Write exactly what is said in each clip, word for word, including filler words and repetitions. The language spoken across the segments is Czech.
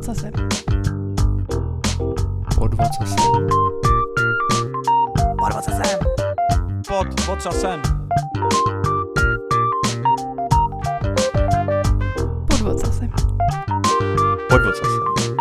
ocasem. Pod ocasem. Pod ocasem. Pod ocasem. Pod ocasem. Pod ocasem.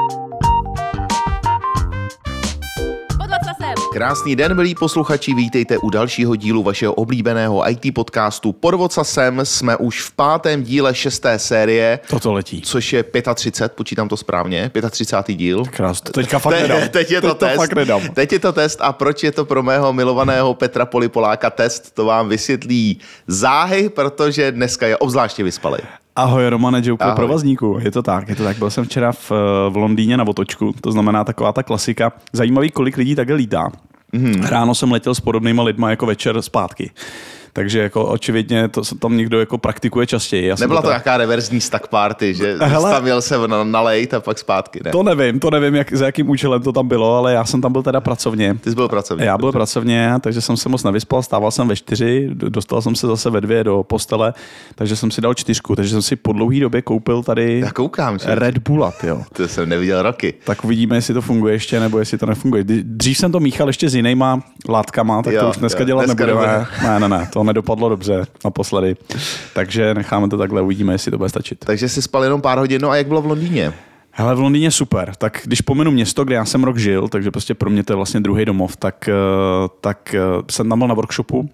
Krásný den, milí posluchači, vítejte u dalšího dílu vašeho oblíbeného í té podcastu Pod ocasem. Jsme už v pátém díle šesté série. Toto letí. Což je třicet pět, počítám to správně, třicátý pátý díl. Krás, teďka fakt nedám. Te, teď je to, teď to test. fakt nedám. Teď je to test a proč je to pro mého milovaného Petra Polipoláka test, to vám vysvětlí záhy, protože dneska je obzvláště vyspalej. Ahoj Romane Joe provazníku, je to tak, je to tak. Byl jsem včera v, v Londýně na otočku, to znamená taková ta klasika. Zajímavý, kolik lidí takhle lítá. Mm. Ráno jsem letěl s podobnýma lidma jako večer zpátky. Takže jako očividně to tam někdo jako praktikuje častěji. Já Nebyla to ta... nějaká reverzní stack party, že Hele, tam jel se na, nalejt a pak zpátky, ne? To nevím, to nevím, jak, za jakým účelem to tam bylo, ale já jsem tam byl teda pracovně. Ty jsi byl pracovně. Já byl pracovně, takže jsem se moc nevyspal, stával jsem ve čtyři, dostal jsem se zase ve dvě do postele, takže jsem si dal čtyřku, takže jsem si po dlouhý době koupil tady Já koukám, že? Red Bulla, jo. To jsem neviděl roky. Tak uvidíme, jestli to funguje ještě, nebo jestli to nefunguje. Dřív jsem to míchal ještě s jinýma látkama, tak jo, to už dneska jo, dělat dneska nebudeme. Ne, ne, ne, to nedopadlo dobře naposledy. Takže necháme to takhle, uvidíme, jestli to bude stačit. Takže jsi spal jenom pár hodin, no a jak bylo v Londýně? Hele, v Londýně super. Tak když pominu město, kde já jsem rok žil, takže prostě pro mě to je vlastně druhý domov, tak, tak jsem tam byl na workshopu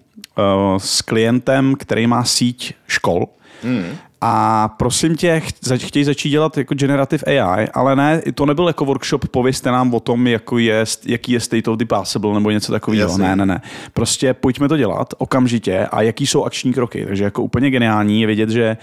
s klientem, který má síť škol. Hmm. A prosím tě, chtějí začít dělat jako generative A I, ale ne, to nebyl jako workshop, povězte nám o tom, jako je, jaký je state of the possible nebo něco takového. Jasně. Ne, ne, ne. Prostě pojďme to dělat okamžitě a jaký jsou akční kroky. Takže jako úplně geniální je vidět, že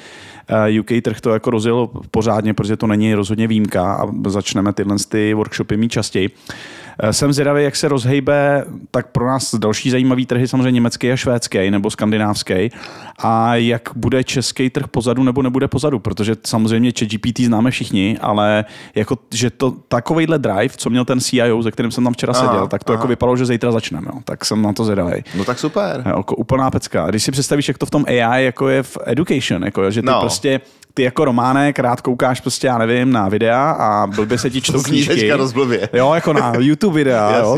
U K trh to jako rozjel pořádně, protože to není rozhodně výjimka a začneme tyhle ty workshopy mít častěji. Jsem zvědavý, jak se rozhejbe, tak pro nás další zajímavý trhy samozřejmě německý a švédský nebo skandinávský a jak bude český trh pozadu nebo nebude pozadu, protože samozřejmě ChatGPT známe všichni, ale jako, že to takovejhle drive, co měl ten C I O, se kterým jsem tam včera aha, seděl, tak to aha. jako vypadalo, že zítra začneme, jo. Tak jsem na to zvědavý. No tak super. Jako úplná pecka. Když si představíš, jak to v tom A I jako je v education, jako, že ty no. prostě ty jako Románek rád koukáš prostě, já nevím, na videa a blbě se ti čtou knížky. Jo, jako na YouTube videa, jo,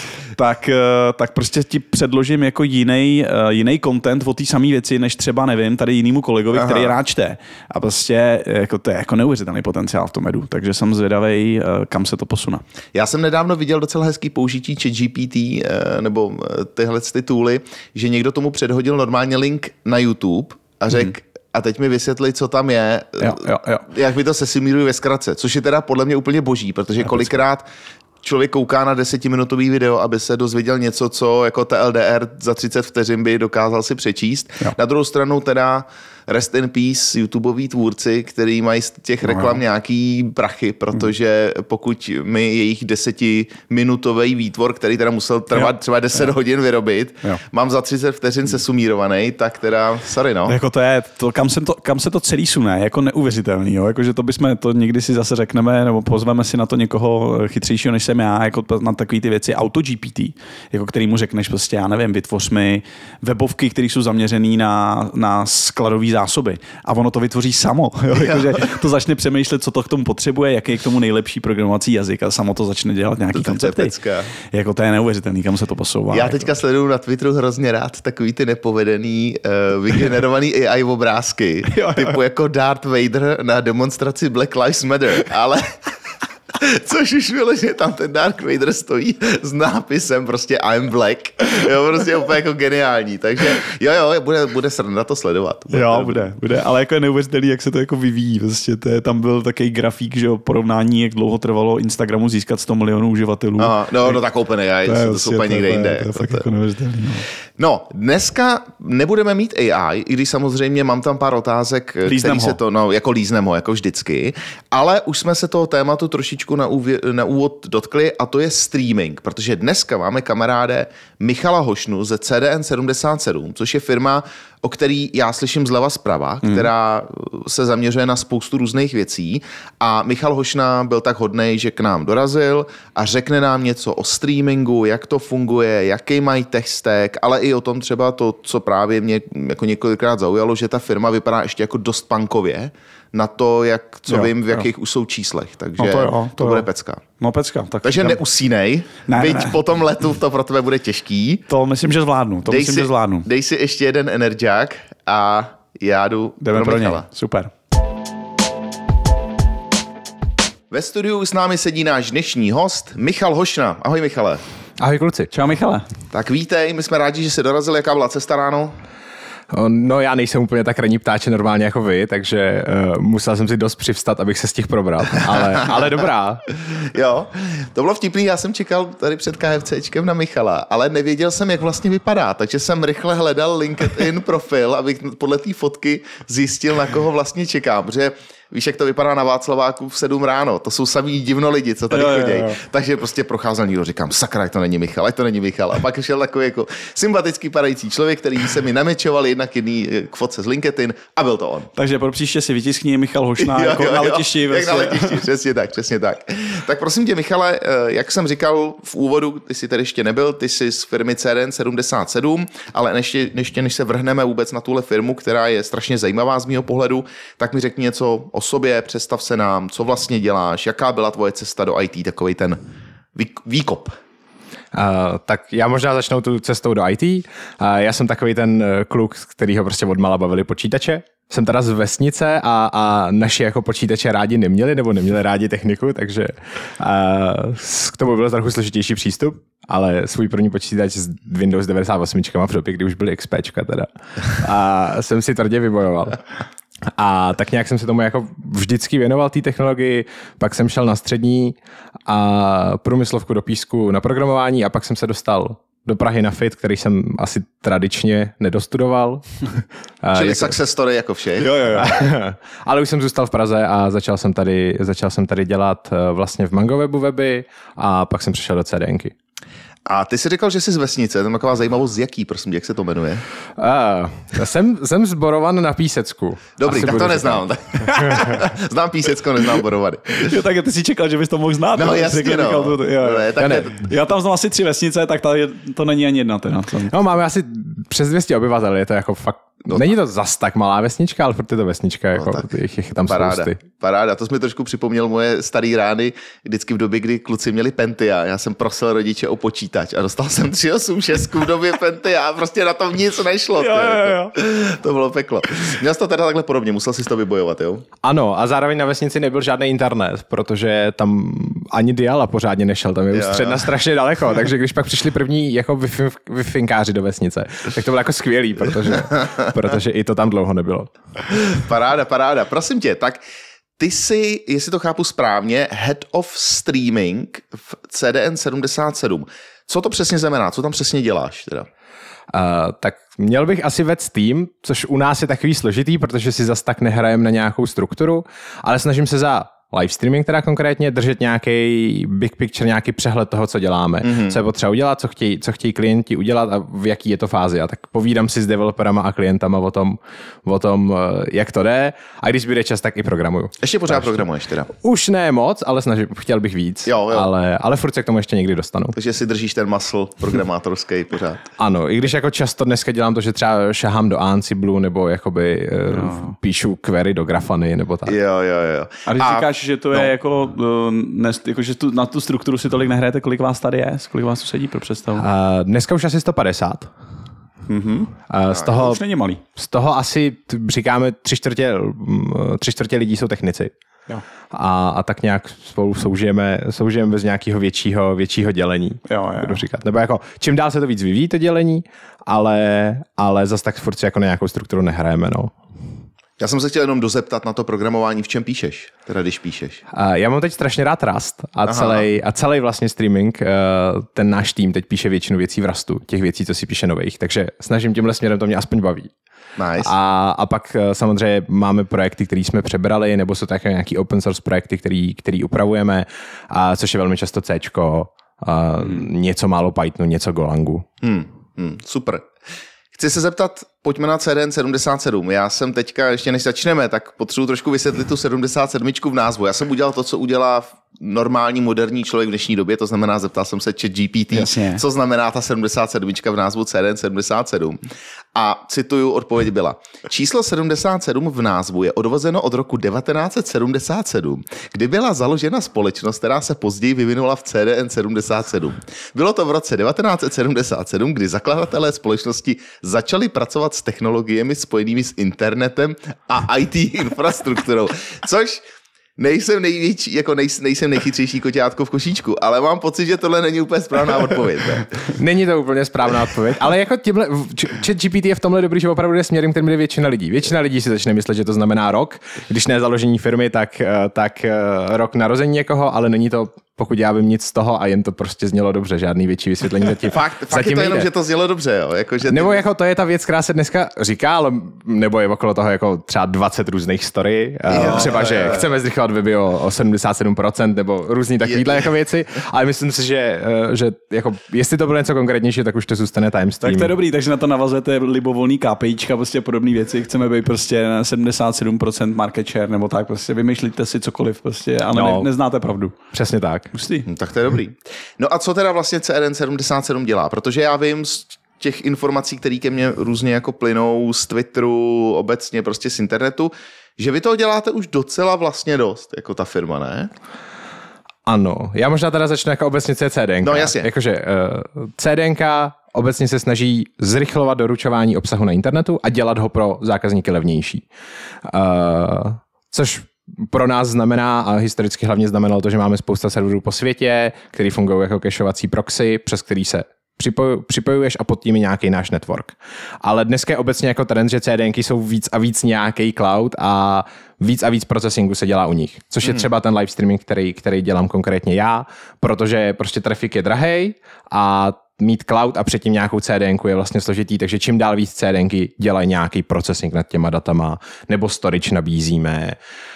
tak, tak prostě ti předložím jako jiný, jiný content o té samé věci, než třeba, nevím, tady jinýmu kolegovi, aha. který rád čte. A prostě jako to je jako neuvěřitelný potenciál v tom edu, takže jsem zvědavej, kam se to posune. Já jsem nedávno viděl docela hezký použití ChatGPT nebo tyhle ty tooly, že někdo tomu předhodil normálně link na YouTube a řekl, hmm. a teď mi vysvětli, co tam je, jo, jo, jo. jak mi to sesimírují ve zkratce, což je teda podle mě úplně boží, protože kolikrát člověk kouká na desetiminutový video, aby se dozvěděl něco, co jako T L D R za třicet vteřin by dokázal si přečíst. Jo. Na druhou stranu teda rest in peace YouTubeoví tvůrci, který mají z těch reklam no. nějaký prachy, protože pokud mi jejich desetiminutový výtvor, který teda musel trvat jo. třeba deset jo. hodin vyrobit, jo. mám za třicet vteřin sesumírovaný, tak teda sorry, no. Jako to je, to, kam, se to, kam se to celý sune, jako neuvěřitelný, jo? Jako, že to bychom, to někdy si zase řekneme, nebo pozveme si na to někoho chytřejšího, než jsem já, jako na takové ty věci AutoGPT, jako který mu řekneš prostě, já nevím, vytvoř mi webovky, které jsou zaměřený na, na skladový zásoby. A ono to vytvoří samo. Jo? Jakože to začne přemýšlet, co to k tomu potřebuje, jaký je k tomu nejlepší programovací jazyk a samo to začne dělat nějaký to koncepty. Jako to je neuvěřitelný, kam se to posouvá. Já teďka jako. sleduju na Twitteru hrozně rád takový ty nepovedený, uh, vygenerovaný A I obrázky, jo, jo. typu jako Darth Vader na demonstraci Black Lives Matter, ale což už bylo, že tam ten Darth Vader stojí s nápisem prostě I'm black. Jo, prostě úplně jako geniální. Takže jo, jo, bude, bude sranda to sledovat. Bude jo, bude, bude, ale jako je neuvěřitelný, jak se to jako vyvíjí. Prostě to je, tam byl takový grafík, že o porovnání, jak dlouho trvalo Instagramu získat sto milionů uživatelů. Aha, no, tak, no tak úplně, to, to, to jsou úplně někde jinde. To je fakt jako neuvěřitelný. No. no, dneska nebudeme mít A I, i když samozřejmě mám tam pár otázek, líznem který ho. se to, no, jako líznem ho, jako vždycky, ale už jsme se toho tématu trošičku na, úvě, na úvod dotkli a to je streaming, protože dneska máme kamaráde Michala Hošnu ze C D N sedmdesát sedm, což je firma, o který já slyším zleva zprava, hmm. která se zaměřuje na spoustu různých věcí a Michal Hošna byl tak hodnej, že k nám dorazil a řekne nám něco o streamingu, jak to funguje, jaký mají tech stack, ale i o tom třeba to, co právě mě jako několikrát zaujalo, že ta firma vypadá ještě jako dost punkově na to, jak, co jo, vím, v jakých jo. už jsou číslech. Takže no to, jo, to, to bude jo. pecka. No pecka. Tak Takže tam... neusínej, ne, byť ne. po tom letu to pro tebe bude těžký. To myslím, že zvládnu. To dej myslím, si, že zvládnu. Dej si ještě jeden Energiák a já jdu Jdeme pro, pro Michala. něj. Super. Ve studiu s námi sedí náš dnešní host Michal Hošna. Ahoj Michale. Ahoj kluci. Čau Michale. Tak vítej, my jsme rádi, že jsi dorazil. Jaká byla cesta ráno? No já nejsem úplně tak ranní ptáče normálně jako vy, takže uh, musel jsem si dost přivstat, abych se stihl probrat, ale, ale dobrá. Jo, to bylo vtipný, já jsem čekal tady před KFCčkem na Michala, ale nevěděl jsem, jak vlastně vypadá, takže jsem rychle hledal LinkedIn profil, abych podle té fotky zjistil, na koho vlastně čekám, protože víš, jak to vypadá na Václaváku v sedm ráno, to jsou samý divno lidi, co tady chodí. Takže prostě procházel někdo, říkám, sakra, ať to není Michal, ať to není Michal. A pak šel takový jako sympatický padající člověk, který se mi namečoval jednak jedný k fotce z LinkedIn a byl to on. Takže pro příště si vytiskni Michal Hošna jako jo, jo, na letišti. Jak vlastně. na letišti, přesně tak, přesně tak. Tak prosím tě, Michale, jak jsem říkal v úvodu, ty jsi tady ještě nebyl, ty jsi z firmy C D N sedmdesát sedm, ale ještě, ještě než se vrhneme vůbec na tuhle firmu, která je strašně zajímavá z mýho pohledu, tak mi řekni něco o sobě, představ se nám, co vlastně děláš, jaká byla tvoje cesta do í té, takovej ten výkop. Uh, tak já možná začnu tu cestou do í té. Uh, já jsem takový ten kluk, kterýho prostě odmala bavili počítače. Jsem teda z vesnice a, a naši jako počítače rádi neměli, nebo neměli rádi techniku, takže uh, k tomu byl trochu složitější přístup, ale svůj první počítač z Windows devadesát osm v době, kdy už byly XPčka teda, a jsem si tvrdě vybojoval. A tak nějak jsem se tomu jako vždycky věnoval té technologii, pak jsem šel na střední a průmyslovku do Písku na programování a pak jsem se dostal do Prahy na Fit, který jsem asi tradičně nedostudoval. Čili jako... success story jako vše. Jo, jo, jo. Ale už jsem zůstal v Praze a začal jsem tady, začal jsem tady dělat vlastně v MangoWebu weby a pak jsem přešel do CDNky. A ty jsi říkal, že jsi z vesnice, to je taková zajímavost, z jaký, prosím, jak se to jmenuje? Uh, jsem, jsem z Borovan na Písecku. Dobrý, tak to neznám. Znám Písecko, neznám Borovany. Jo, tak ty si čekal, že bys to mohl znát. No jasně, řekl, no. To, jo, jo. Ne, tak ne. ne. Já tam znám asi tři vesnice, tak tady to není ani jedna. Teda. No, máme asi přes dvě stě obyvatel, je to jako fakt. No, není to zas tak malá vesnička, ale furt je to vesnička, jako no, je tam paráda, spousty. Paráda, to jsi mi trošku připomněl moje starý rány, vždycky v době, kdy kluci měli Pentia, já jsem prosil rodiče o počítač a dostal jsem tři osm šest v době Pentia a prostě na tom nic nešlo. Jo, jo, jo. To bylo peklo. Měl jsi to teda takhle podobně, musel jsi to vybojovat, jo? Ano, a zároveň na vesnici nebyl žádný internet, protože tam ani diala pořádně nešel, tam je už středna strašně daleko, takže když pak přišli první jako wi-finkáři do vesnice, tak to bylo jako skvělý, protože, protože i to tam dlouho nebylo. Paráda, paráda. Prosím tě, tak ty jsi, jestli to chápu správně, Head of Streaming v C D N sedmdesát sedm. Co to přesně znamená? Co tam přesně děláš teda? Uh, tak měl bych asi vést tým, což u nás je takový složitý, protože si zas tak nehrajem na nějakou strukturu, ale snažím se za live streaming teda konkrétně držet nějaký big picture, nějaký přehled toho, co děláme, mm-hmm. co je potřeba udělat, co chtějí, co chtějí klienti udělat a v jaký je to fázi. A tak povídám si s developerama a klientama o tom, o tom, jak to jde a když bude čas, tak i programuju. Ještě pořád programuješ teda? Už ne moc, ale snažím, chtěl bych víc, jo, jo. Ale, ale furt se k tomu ještě někdy dostanu. Takže si držíš ten muscle programátorský pořád. Ano, i když jako často dneska dělám to, že třeba šahám do Ansible nebo jakoby no. píšu query do Grafany nebo tak. Jo, jo, jo. A když a, říkáš, že to je no. jako, ne, jako, že tu, na tu strukturu si tolik nehrajete, kolik vás tady je? Kolik vás tu sedí pro představu? Uh, dneska už asi sto padesát. Mm-hmm. Uh, z toho, to už není malý. Z toho asi říkáme tři čtvrtě, tři čtvrtě lidí jsou technici. Jo. A, a tak nějak spolu soužijeme, soužijeme bez nějakého většího, většího dělení. Jo, jo. Budu říkat. Nebo jako, čím dál se to víc vyvíjí, to dělení, ale, ale zase tak furt si jako na nějakou strukturu nehrajeme. No. Já jsem se chtěl jenom dozeptat na to programování, v čem píšeš, teda když píšeš. Uh, já mám teď strašně rád Rust a celý, a celý vlastně streaming, uh, ten náš tým teď píše většinu věcí v Rustu, těch věcí, co si píše nových, takže snažím tímhle směrem, to mě aspoň baví. Nice. A, a pak uh, samozřejmě máme projekty, které jsme přebrali, nebo jsou také nějaký open source projekty, který, který upravujeme, a což je velmi často Cčko, uh, hmm. něco málo Pythonu, něco Golangu. Hmm, hmm, super. Chci se zeptat, pojďme na C D N sedmdesát sedm. Já jsem teďka, ještě než začneme, tak potřebuji trošku vysvětlit tu sedmdesát sedm v názvu. Já jsem udělal to, co udělá normální moderní člověk v dnešní době, to znamená, zeptal jsem se ChatGPT, Jasně. co znamená ta sedmdesát sedm v názvu C D N sedmdesát sedm. A cituju, odpověď byla: číslo sedmdesát sedm v názvu je odvozeno od roku devatenáct set sedmdesát sedm, kdy byla založena společnost, která se později vyvinula v C D N sedmdesát sedm. Bylo to v roce devatenáct set sedmdesát sedm, kdy zakladatelé společnosti začali pracovat s technologiemi spojenými s internetem a í té infrastrukturou, což nejsem největší, jako nejsem, nejsem nejchytřejší koťátko v košíčku, ale mám pocit, že tohle není úplně správná odpověď. Ne? Není to úplně správná odpověď, ale jako tímhle, ChatGPT je v tomhle dobrý, že opravdu jde směrem, kterým jde většina lidí. Většina lidí si začne myslet, že to znamená rok, když ne založení firmy, tak, tak rok narození někoho, ale není to, pokud já vím, nic z toho a jen to prostě znělo dobře, žádný větší vysvětlení zatím. Fakt, fakt zatím je to jenom, nejde. že to znělo dobře, jo? Jako, že ty... Nebo jako to je ta věc, která se dneska říká, ale nebo je okolo toho jako třeba dvacet různých story. Jo, třeba, že jo. Chceme zrychlovat weby o, o sedmdesát sedm procent nebo různý takovýhle jako věci, ale myslím si, že, že jako, jestli to bylo něco konkrétnější, tak už to zůstane tajemstvím. Tak to je dobrý, takže na to navazujete libovolný KPIčka, prostě podobné věci. Chceme být prostě na sedmdesát sedm procent market share nebo tak, prostě vymýšlíte si cokoliv, prostě, ale no, ne, neznáte pravdu. Přesně tak. Pustý. No, tak to je dobrý. No a co teda vlastně C D N sedmdesát sedm dělá? Protože já vím z těch informací, které ke mně různě jako plynou z Twitteru, obecně prostě z internetu, že vy toho děláte už docela vlastně dost, jako ta firma, ne? Ano, já možná teda začnu jako obecně CDNka. No jasně. Jakože uh, CDNka obecně se snaží zrychlovat doručování obsahu na internetu a dělat ho pro zákazníky levnější. Uh, což pro nás znamená, a historicky hlavně znamenalo to, že máme spousta serverů po světě, který fungují jako cacheovací proxy, přes který se Připoj, připojuješ a pod tím je nějaký náš network. Ale dneska je obecně jako trend, že CDNky jsou víc a víc nějaký cloud a víc a víc procesingu se dělá u nich. Což je třeba ten live streaming, který, který dělám konkrétně já, protože prostě trafik je drahej a mít cloud a předtím nějakou CDNku je vlastně složitý, takže čím dál víc CDNky dělají nějaký processing nad těma datama, nebo storage nabízíme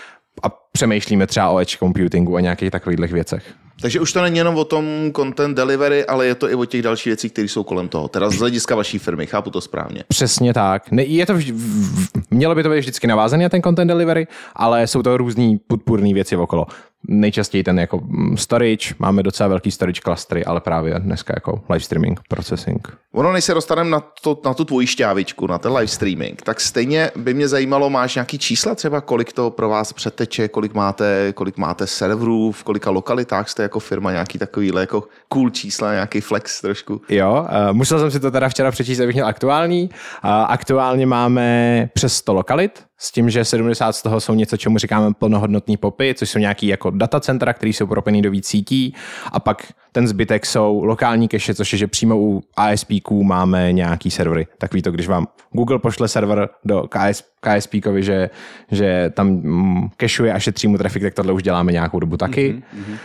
a přemýšlíme třeba o edge computingu a nějakých takových věcech. Takže už to není jenom o tom content delivery, ale je to i o těch dalších věcí, které jsou kolem toho. Teda z hlediska vaší firmy, chápu to správně. Přesně tak. Ne, je to vž- mělo by to být vždycky navázané na ten content delivery, ale jsou to různý podpůrné věci okolo. Nejčastěji ten jako storage, máme docela velký storage clustery, ale právě dneska jako live streaming, processing. Ono, než se dostaneme na, to, na tu tvoji šťávičku, na ten live streaming, tak stejně by mě zajímalo, máš nějaký čísla třeba, kolik to pro vás přeteče, kolik máte, kolik máte serverů, v kolika lokalitách jste jako firma, nějaký takovýhle jako cool čísla, nějaký flex trošku. Jo, uh, musel jsem si to teda včera přečíst, abych měl aktuální. Uh, aktuálně máme přes sto lokalit, s tím, že sedmdesát z toho jsou něco, čemu říkáme plnohodnotný popy, což jsou nějaký jako datacentra, které jsou propojený do víc sítí, a pak ten zbytek jsou lokální cache, což je, že přímo u I S P ků máme nějaký servery. Takový to, když vám Google pošle server do K S P kovi, že, že tam mm, cacheuje a šetří mu trafik, tak tohle už děláme nějakou dobu taky. Mm-hmm.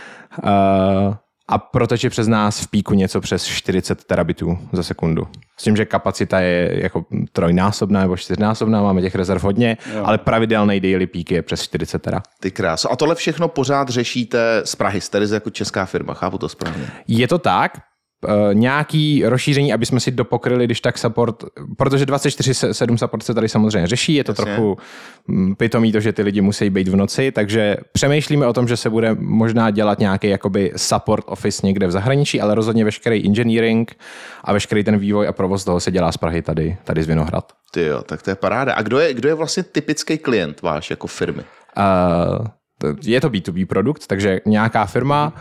Uh, a protočí přes nás v píku něco přes čtyřicet terabitů za sekundu. S tím, že kapacita je jako trojnásobná nebo čtyřnásobná, máme těch rezerv hodně, jo. Ale pravidelný daily peak je přes čtyřicet tera. Ty kráso. A tohle všechno pořád řešíte z Prahy, jste jako česká firma, chápu to správně? Je to tak. Uh, nějaký rozšíření, aby jsme si dopokryli, když tak support, protože dvacet čtyři sedm support se tady samozřejmě řeší, je to Jasně. trochu pitomý to, že ty lidi musí být v noci, takže přemýšlíme o tom, že se bude možná dělat nějaký jakoby support office někde v zahraničí, ale rozhodně veškerý engineering a veškerý ten vývoj a provoz toho se dělá z Prahy tady, tady z Vinohrad. Ty jo, tak to je paráda. A kdo je, kdo je vlastně typický klient váš jako firmy? Uh, je to B dva B produkt, takže nějaká firma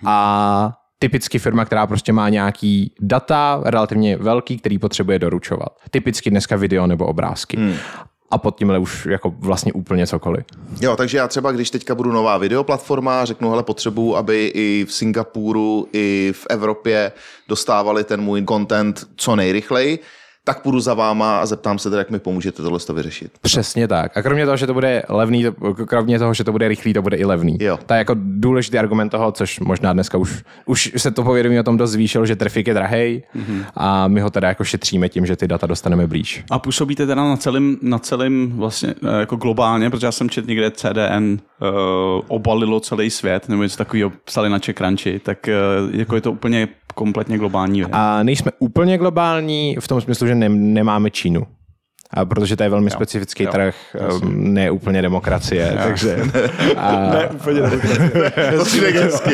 a typicky firma, která prostě má nějaký data relativně velký, který potřebuje doručovat. Typicky dneska video nebo obrázky. Hmm. A pod tímhle už jako vlastně úplně cokoliv. Jo, takže já třeba, když teďka budu nová videoplatforma, řeknu, hele, potřebuju, aby i v Singapuru, i v Evropě dostávali ten můj content co nejrychleji, tak půjdu za váma a zeptám se teda, jak mi pomůžete tohle to vyřešit. Přesně tak. A kromě toho, že to bude levný, kromě toho, že to bude rychlý, to bude i levný. Jo. To je jako důležitý argument toho, což možná dneska už, už se to povědomí o tom dost zvýšilo, že trafik je drahej mm-hmm. a my ho teda jako šetříme tím, že ty data dostaneme blíž. A působíte teda na celém, na celém vlastně jako globálně, protože já jsem četl někde C D N uh, obalilo celý svět, nebo něco takového psali na CheckCrunchi, tak uh, jako je to úplně kompletně globální věc. A nejsme úplně globální v tom smyslu, že že ne, nemáme Čínu. A protože to je velmi jo, specifický jo, trh, jasně. ne úplně demokracie, jo. takže... A, Ne úplně demokracie. To si hezky.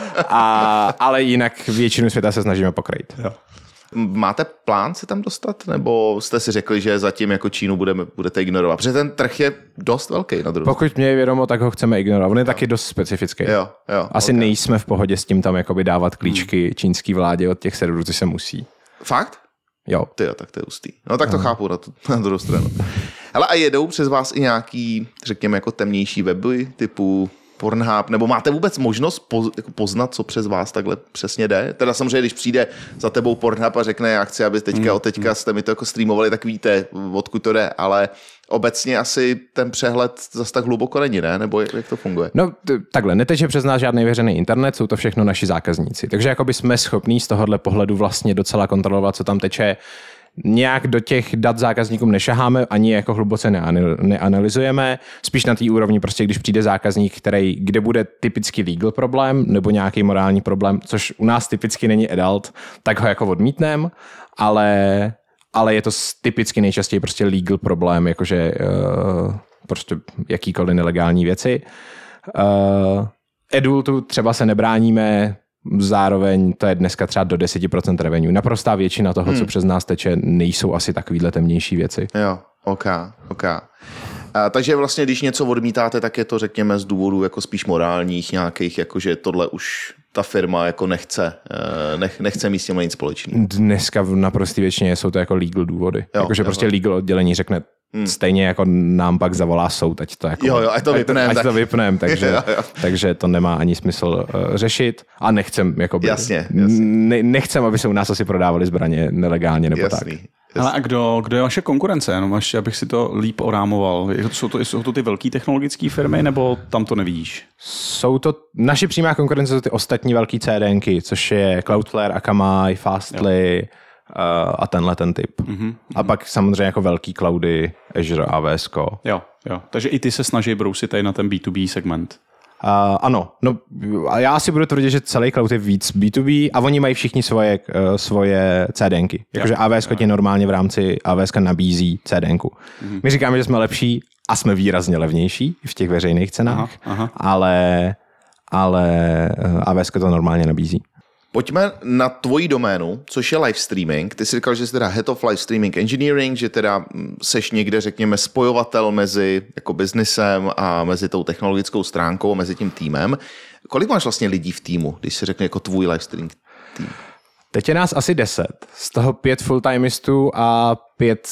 a, ale jinak většinu světa se snažíme pokrýt. Jo. Máte plán se tam dostat? Nebo jste si řekli, že zatím jako Čínu budeme, budete ignorovat? Protože ten trh je dost velký na druhou. Pokud mě je vědomo, tak ho chceme ignorovat. On je jo. taky dost specifický. Jo, jo, Asi okay. nejsme v pohodě s tím tam jakoby dávat klíčky hmm. čínský vládě od těch serverů, co se musí. Fakt? Jo. Ty jo, tak to je hustý. No tak to uh. chápu na, tu, na druhou stranu. Hele, a jedou přes vás i nějaký, řekněme, jako temnější weby typu Pornhub, nebo máte vůbec možnost poz, jako poznat, co přes vás takhle přesně jde? Teda samozřejmě, když přijde za tebou Pornhub a řekne, já chci, aby teďka, mm. od teďka jste mi to jako streamovali, tak víte, odkud to jde, ale obecně asi ten přehled zase tak hluboko není, ne? Nebo jak, jak to funguje? No t- takhle, neteče přes nás žádný veřejný internet, jsou to všechno naši zákazníci. Takže jakoby jsme schopní z tohohle pohledu vlastně docela kontrolovat, co tam teče. Nějak do těch dat zákazníkům nešaháme, ani jako hluboce neanalyzujeme, spíš na té úrovni prostě, když přijde zákazník, který, kde bude typicky legal problém nebo nějaký morální problém, což u nás typicky není adult, tak ho jako odmítnem, ale, ale je to typicky nejčastěji prostě legal problém, jakože uh, prostě jakýkoliv nelegální věci. Uh, adultu třeba se nebráníme, zároveň to je dneska třeba do deset procent revenue. Naprostá většina toho, hmm. co přes nás teče, nejsou asi takovýhle temnější věci. Jo, ok, ok. A, takže vlastně, když něco odmítáte, tak je to, řekněme, z důvodů jako spíš morálních nějakých, jakože tohle už ta firma jako nechce, nech, nechce mít s tím nic společný. Dneska v naprosté většině jsou to jako legal důvody. Jakože prostě legal oddělení řekne, Hmm. stejně jako nám pak zavolá soud, ať to jako... Jo, jo, ať to vypnem. Ať tak... to vypnem, takže, jo, jo. takže to nemá ani smysl uh, řešit a nechcem, jakoby... Jasně, jasně. Ne, nechcem, aby se u nás asi prodávali zbraně nelegálně nebo jasný, tak. Jasný. Ale a kdo, kdo je vaše konkurence? Jenom ještě, abych si to líp orámoval. Jsou to, jsou to ty velké technologické firmy, nebo tam to nevidíš? Jsou to... Naši přímá konkurence jsou ty ostatní velký CDNky, což je Cloudflare, Akamai, Fastly... Jo. a tenhle ten typ. Mm-hmm. A pak samozřejmě jako velký cloudy, Azure, A W S. Jo, jo. Takže i ty se snaží brousit tady na ten B two B segment. Uh, ano, no a já si budu tvrdit, že celý cloud je víc B two B a oni mají všichni svoje, uh, svoje CDNky. Jakože A W S ti normálně v rámci A W S nabízí CDNku. Mm-hmm. My říkáme, že jsme lepší a jsme výrazně levnější v těch veřejných cenách, aha, aha. ale, ale A W S to normálně nabízí. Pojďme na tvoji doménu, což je live streaming. Ty jsi říkal, že jsi teda head of live streaming engineering, že teda seš někde, řekněme, spojovatel mezi jako biznisem a mezi tou technologickou stránkou a mezi tím týmem. Kolik máš vlastně lidí v týmu, když se řekne jako tvůj live streaming tým? Teď je nás asi deset. Z toho pět full-timistů a pět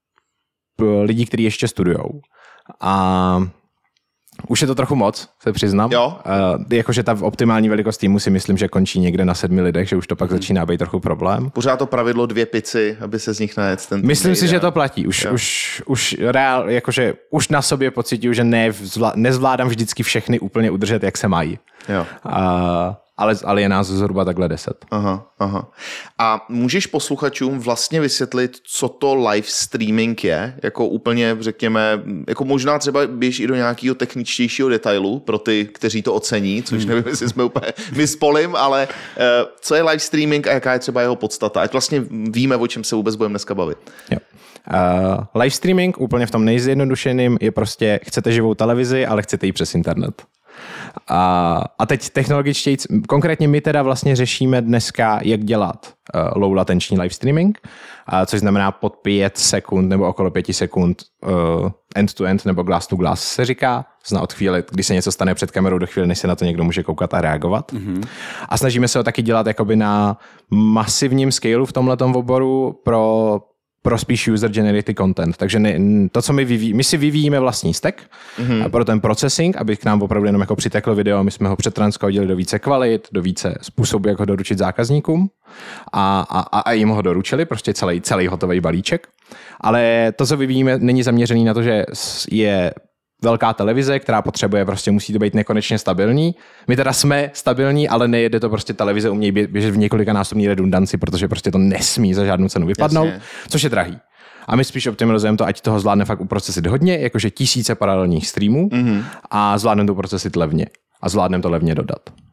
lidí, kteří ještě studujou. A už je to trochu moc, se přiznám. Jo. Uh, jakože ta optimální velikost týmu si myslím, že končí někde na sedmi lidech, že už to pak hmm. začíná být trochu problém. Pořád to pravidlo dvě pici, aby se z nich najedl ten... Myslím si, že to platí. Už, už, už reál, jakože už na sobě pocituju, že ne, nezvládám vždycky všechny úplně udržet, jak se mají. Jo. Uh, ale, ale je nás zhruba takhle deset. Aha, aha. A můžeš posluchačům vlastně vysvětlit, co to live streaming je? Jako úplně, řekněme, jako možná třeba běž i do nějakého techničtějšího detailu pro ty, kteří to ocení, což nevím, jestli jsme úplně my spolím, ale uh, co je live streaming a jaká je třeba jeho podstata? Ať vlastně víme, o čem se vůbec budeme dneska bavit. Jo. Uh, live streaming úplně v tom nejzjednodušeným je prostě, chcete živou televizi, ale chcete ji přes internet. A, a teď technologičtěji, konkrétně my teda vlastně řešíme dneska, jak dělat uh, low latenční live streaming, uh, což znamená pod pět sekund nebo okolo pěti sekund uh, end-to-end nebo glass-to-glass se říká, zná od chvíli, kdy se něco stane před kamerou do chvíli, než se na to někdo může koukat a reagovat. Mm-hmm. A snažíme se ho taky dělat jakoby na masivním scaleu v tomhletom oboru pro pro spíš user-generated content. Takže ne, to, co my vyvíjíme, my si vyvíjíme vlastní stack mm-hmm. pro ten processing, aby k nám opravdu jenom jako přiteklo video, my jsme ho přetranskodili do více kvalit, do více způsobů, jak ho doručit zákazníkům a, a, a jim ho doručili, prostě celý, celý hotový balíček. Ale to, co vyvíjíme, není zaměřený na to, že je velká televize, která potřebuje, prostě musí to být nekonečně stabilní. My teda jsme stabilní, ale nejede to prostě televize, umějí běžet v několika násobné redundanci, protože prostě to nesmí za žádnou cenu vypadnout, jasně. Což je drahý. A my spíš optimalizujeme to, ať toho zvládne fakt uprocesit hodně, jakože tisíce paralelních streamů mm-hmm. a zvládneme to uprocesit levně. A zvládneme to levně dodat.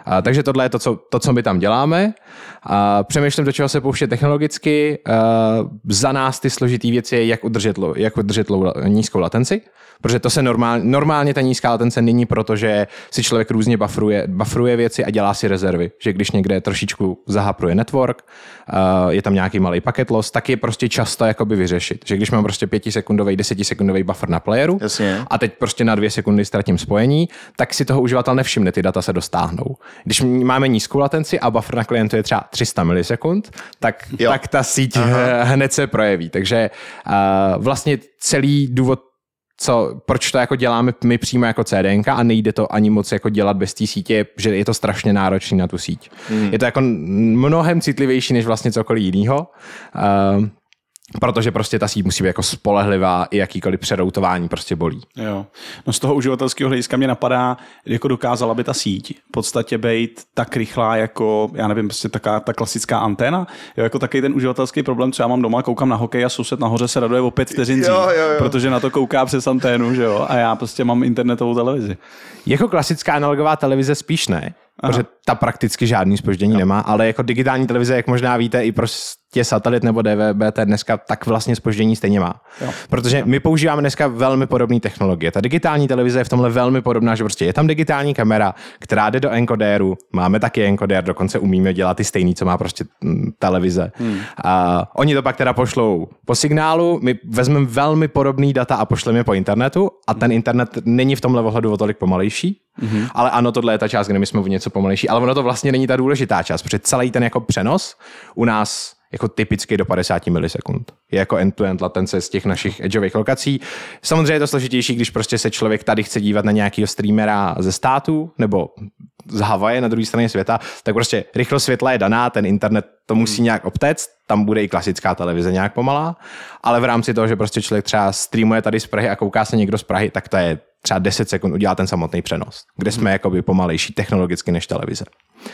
A, takže tohle je to co, to, co my tam děláme. A přemýšlím, do čeho se pouštět technologicky. A, za nás ty složitý věci je, jak udržet, jak udržet lou, nízkou latenci, protože to se normál, normálně ta nízká latence není, protože si člověk různě bufferuje, bufferuje věci a dělá si rezervy. Že když někde trošičku zahapruje network, a, je tam nějaký malý packet loss, tak je prostě často jakoby vyřešit. Že když mám prostě pětisekundový, desetisekundový buffer na playeru, Jasně. a teď prostě na dvě sekundy ztratím spojení, tak si toho uživatel nevšimne, ty data se dostáhnou. Když máme nízkou latenci a buffer na klientu je třeba tři sta milisekund, tak, tak ta síť Aha. hned se projeví. Takže uh, vlastně celý důvod, co, proč to jako děláme my přímo jako CDNka a nejde to ani moc jako dělat bez té sítě, že je to strašně náročný na tu síť. Hmm. Je to jako mnohem citlivější než vlastně cokoliv jiného. Uh, Protože prostě ta síť musí být jako spolehlivá i jakýkoliv přeroutování prostě bolí. Jo. No z toho uživatelského hlediska mě napadá, jako dokázala by ta síť v podstatě být tak rychlá jako, já nevím, prostě taká ta klasická anténa. Jo, jako takový ten uživatelský problém, co já mám doma, koukám na hokej a soused nahoře se raduje o pět vteřin dřív, protože na to kouká přes anténu, že jo, a já prostě mám internetovou televizi. Jako klasická analogová televize spíš ne, Aha. protože ta prakticky žádný zpoždění no. nemá, ale jako digitální televize, jak možná víte, i prostě satelit nebo D V B T dneska, tak vlastně zpoždění stejně má. Jo. Protože my používáme dneska velmi podobné technologie. Ta digitální televize je v tomhle velmi podobná, že prostě je tam digitální kamera, která jde do enkodéru, máme taky enkodér, dokonce umíme dělat ty stejný, co má prostě televize. Hmm. A oni to pak teda pošlou po signálu, my vezmeme velmi podobný data a pošleme je po internetu a ten internet není v tomhle ohledu o tolik pomalejší. Mm-hmm. Ale ano, tohle je ta část, kde my jsme o něco pomalejší, ale ono to vlastně není ta důležitá část, protože celý ten jako přenos u nás jako typicky do padesát milisekund. Je jako end-to-end latence z těch našich edgeových lokací. Samozřejmě je to složitější, když prostě se člověk tady chce dívat na nějakého streamera ze státu nebo z Havaje na druhé straně světa, tak prostě rychlost světla je daná, ten internet to musí nějak obtéct, tam bude i klasická televize nějak pomalá, ale v rámci toho, že prostě člověk třeba streamuje tady z Prahy a kouká se někdo z Prahy, tak to je třeba deset sekund udělá ten samotný přenos, kde jsme jakoby pomalejší technologicky než televize.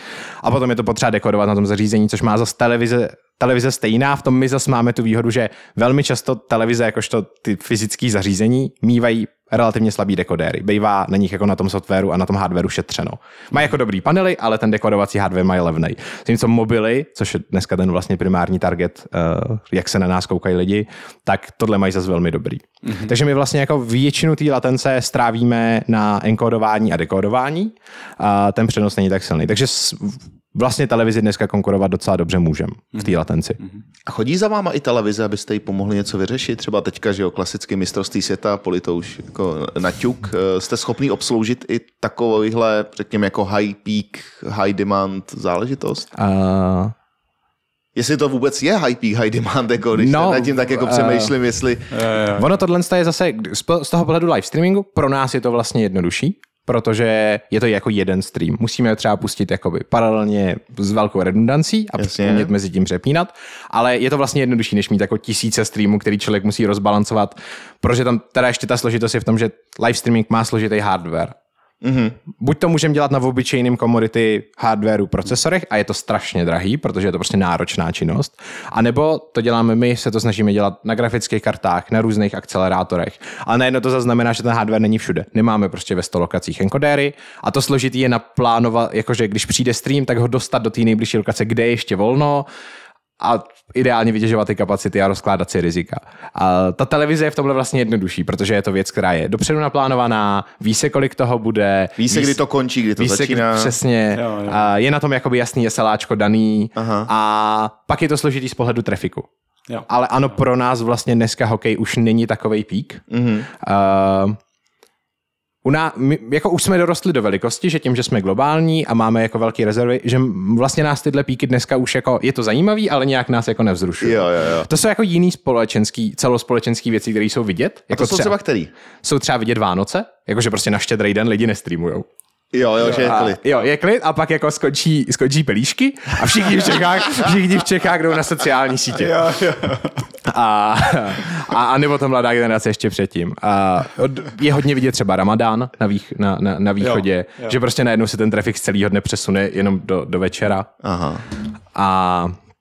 A potom je to potřeba dekodovat na tom zařízení, což má zase televize, televize stejná, v tom my zase máme tu výhodu, že velmi často televize, jakožto ty fyzické zařízení, mívají relativně slabý dekodéry. Bejvá na nich jako na tom softwaru a na tom hardwaru šetřeno. Mají jako dobrý panely, ale ten dekodovací hardware mají levnej. Zatímco mobily, což je dneska ten vlastně primární target, uh, jak se na nás koukají lidi, tak tohle mají zase velmi dobrý. Mm-hmm. Takže my vlastně jako většinu té latence strávíme na enkodování a dekodování a ten přenos není tak silný. Takže vlastně televizi dneska konkurovat docela dobře můžeme v té latenci. A chodí za váma i televize, abyste jí pomohli něco vyřešit? Třeba teďka, že jo, klasicky mistrovství světa, Poli to už jako naťuk. Jste schopný obsloužit i takovýhle, řekněme, jako high peak, high demand záležitost? Uh... Jestli to vůbec je high peak, high demand, jako když no, nad tím tak jako přemýšlím, uh... jestli... Uh... Ono tohle je zase, z toho pohledu live streamingu, pro nás je to vlastně jednodušší, protože je to jako jeden stream. Musíme třeba pustit jakoby paralelně s velkou redundancí a umět mezi tím přepínat, ale je to vlastně jednodušší, než mít jako tisíce streamů, který člověk musí rozbalancovat, protože tam teda ještě ta složitost je v tom, že live streaming má složitý hardware. Mm-hmm. Buď to můžeme dělat na obyčejným commodity hardwareu procesorech a je to strašně drahý, protože je to prostě náročná činnost, a nebo to děláme my, se to snažíme dělat na grafických kartách, na různých akcelerátorech. Ale najednou to znamená, že ten hardware není všude. Nemáme prostě ve sto lokacích encodéry a to složitý je naplánovat, jakože když přijde stream, tak ho dostat do té nejbližší lokace, kde je ještě volno, a ideálně vytěžovat ty kapacity a rozkládat si rizika. A ta televize je v tomhle vlastně jednodušší, protože je to věc, která je dopředu naplánovaná, ví se, kolik toho bude. Ví se, kdy to končí, kdy to začíná. Se, přesně. Jo, jo. A je na tom jakoby jasný SLAčko daný. Aha. A pak je to složitý z pohledu trafiku. Jo. Ale ano, pro nás vlastně dneska hokej už není takovej pík. Mhm. Uh, U nás, my, jako už jsme dorostli do velikosti, že tím, že jsme globální a máme jako velké rezervy, že vlastně nás tyhle píky dneska už jako, je to zajímavý, ale nějak nás jako nevzrušují. Jo, jo, jo. To jsou jako jiný společenský, celospolečenský věci, které jsou vidět. Jako a to jsou třeba, třeba který? Jsou třeba vidět Vánoce, jakože prostě na Štědrý den lidi nestreamujou. Jo, jo, že je klid. A, jo, je klid a pak jako skončí, skončí pelíšky a všichni v Čechách, všichni v Čechách jdou na sociální sítě. Jo, jo. A, a, a nebo to mladá generace ještě předtím. A je hodně vidět třeba Ramadán na, vých, na, na, na východě, jo, jo. Že prostě najednou se ten trafik z celého dne přesune jenom do, do večera. Aha. A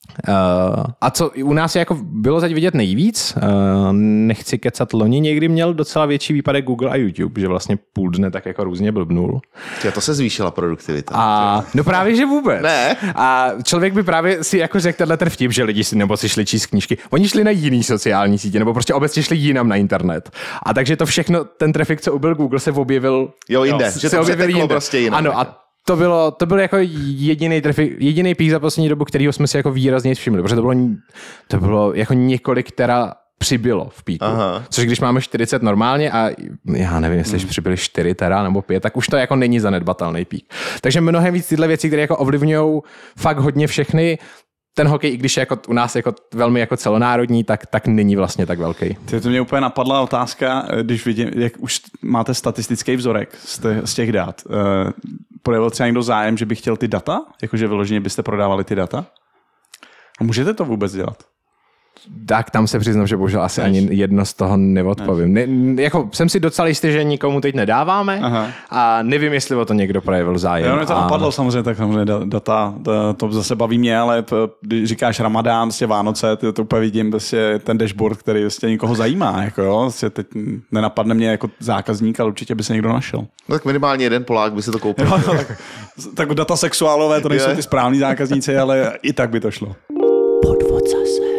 Uh, a co u nás jako bylo teď vidět nejvíc, uh, nechci kecat, loni někdy měl docela větší výpadek Google a YouTube, že vlastně půl dne tak jako různě blbnul. Tě, to se zvýšila produktivita. A no právě, že vůbec. Ne. A člověk by právě si jako řekl tenhle ten vtip, že lidi si nebo si šli číst knížky. Oni šli na jiný sociální sítě, nebo prostě obecně šli jinam na internet. A takže to všechno, ten trafik, co ubyl Google, se objevil. Jo, jinde. Jo, že se to objevil přeteklo jinde. prostě jinam. Ano, a to bylo, to byl jako jediný trafik, jediný pík za poslední dobu, kterýho jsme si jako výrazně všimli, protože to bylo, to bylo jako několik tera přibylo v píku. Aha. Což když máme čtyřicet normálně a já nevím, jestli hmm. přibyly čtyři tera nebo pět, tak už to jako není zanedbatelný pík. Takže mnohem víc tyhle věci, které jako ovlivňují fakt hodně všechny. Ten hokej, i když je jako u nás jako velmi jako celonárodní, tak, tak není vlastně tak velký. Ty, to mě úplně napadla otázka, když vidím, jak už máte statistický vzorek z, te, z těch dat. Uh, projevil třeba někdo zájem, že by chtěl ty data? Jakože vyloženě byste prodávali ty data? A můžete to vůbec dělat? Tak tam se přiznám, že bohužel asi Než. ani jedno z toho neodpovím. Ne, jako jsem si docela jistý, že nikomu teď nedáváme. Aha. A nevím, jestli o to někdo projevil zájem. Jo, mě to a... napadlo samozřejmě, tak samozřejmě data, to, to zase baví mě, ale když říkáš Ramadán, prostě Vánoce, ty to úplně vidím, prostě ten dashboard, který prostě někoho zajímá. Jako jo, prostě teď nenapadne mě jako zákazník, ale určitě by se někdo našel. No tak minimálně jeden Polák by se to koupil. Jo, no, tak, tak data sexuálové, to nejsou ty správní zákazníci, ale i tak by to šlo. Podvod zase.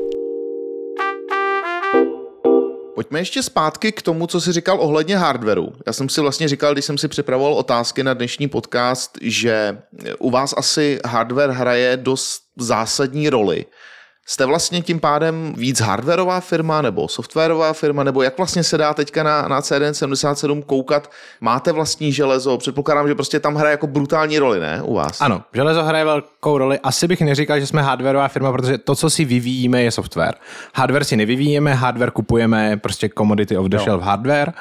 Pojďme ještě zpátky k tomu, co jsi říkal ohledně hardwareu. Já jsem si vlastně říkal, když jsem si připravoval otázky na dnešní podcast, že u vás asi hardware hraje dost zásadní roli. Jste vlastně tím pádem víc hardwareová firma nebo softwarová firma, nebo jak vlastně se dá teďka na, na C D N sedmdesát sedm koukat? Máte vlastní železo? Předpokládám, že prostě tam hraje jako brutální roli, ne? U vás. Ano, železo hraje velkou roli. Asi bych neříkal, že jsme hardwareová firma, protože to, co si vyvíjíme, je software. Hardware si nevyvíjíme, hardware kupujeme, prostě commodity off the shelf hardware.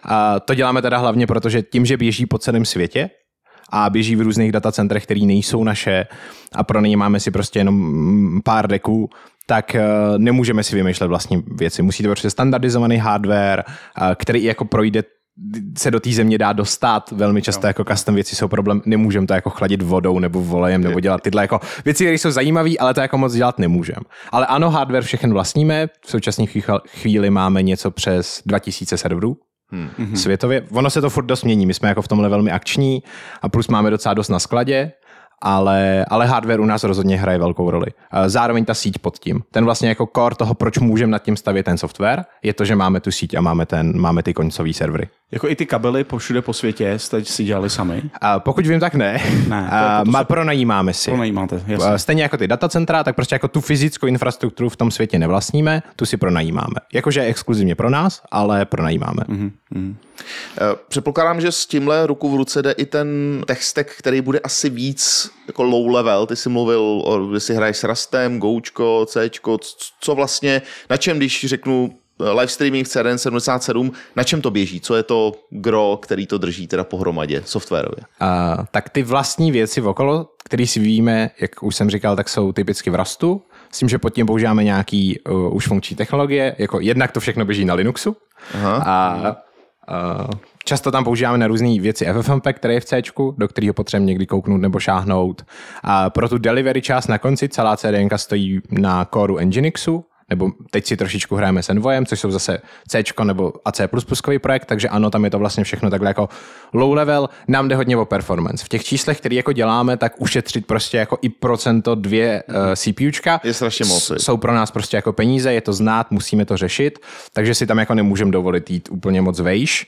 A to děláme teda hlavně, protože tím, že běží po celém světě, a běží v různých datacentrech, které nejsou naše a pro ně máme si prostě jenom pár deků, tak uh, nemůžeme si vymýšlet vlastní věci. Musí to být prostě standardizovaný hardware, uh, který jako projde, se do té země dá dostat. Velmi často jo. jako custom věci jsou problém. Nemůžeme to jako chladit vodou nebo volejem nebo dělat tyhle jako věci, které jsou zajímavé, ale to jako moc dělat nemůžeme. Ale ano, hardware všechny vlastníme. V současné chvíli máme něco přes dva tisíce serverů. Hmm. Světově. Ono se to furt dost mění, my jsme jako v tomhle velmi akční a plus máme docela dost na skladě, ale, ale hardware u nás rozhodně hraje velkou roli. Zároveň ta síť pod tím. Ten vlastně jako core toho, proč můžeme nad tím stavět ten software, je to, že máme tu síť a máme, ten, máme ty koncový servery. Jako i ty kabely po všude po světě jste si dělali sami? A pokud vím, tak ne. ne to, to se... Pronajímáme si. Pronajímáte, jasně. Stejně jako ty datacentra, tak prostě jako tu fyzickou infrastrukturu v tom světě nevlastníme, tu si pronajímáme. Jakože je exkluzivně pro nás, ale pronajímáme. Mm-hmm. Předpokládám, že s tímhle ruku v ruce jde i ten tech stack, který bude asi víc jako low level. Ty jsi mluvil, o, že si hraješ s Rustem, Goučko, Cčko, co vlastně, na čem, když řeknu live streaming C D N sedmdesát sedm, na čem to běží? Co je to gro, který to drží teda pohromadě softwarově? Uh, tak ty vlastní věci okolo, které si vyvíjíme, jak už jsem říkal, tak jsou typicky v Rustu, s tím, že pod tím používáme nějaký uh, už funkční technologie, jako jednak to všechno běží na Linuxu. Aha. A uh, často tam používáme na různé věci F F M P, které je v Cčku, do kterého potřebujeme někdy kouknout nebo šáhnout. A pro tu delivery část na konci celá CDNka stojí na coreu Nginxu, nebo teď si trošičku hrajeme s Envoyem, což jsou zase C nebo a C plus plus projekt, takže ano, tam je to vlastně všechno takhle jako low level, nám jde hodně o performance. V těch číslech, které jako děláme, tak ušetřit prostě jako i procento dvě uh, CPUčka je strašně moc. Jsou pro nás prostě jako peníze, je to znát, musíme to řešit, takže si tam jako nemůžeme dovolit jít úplně moc vejš.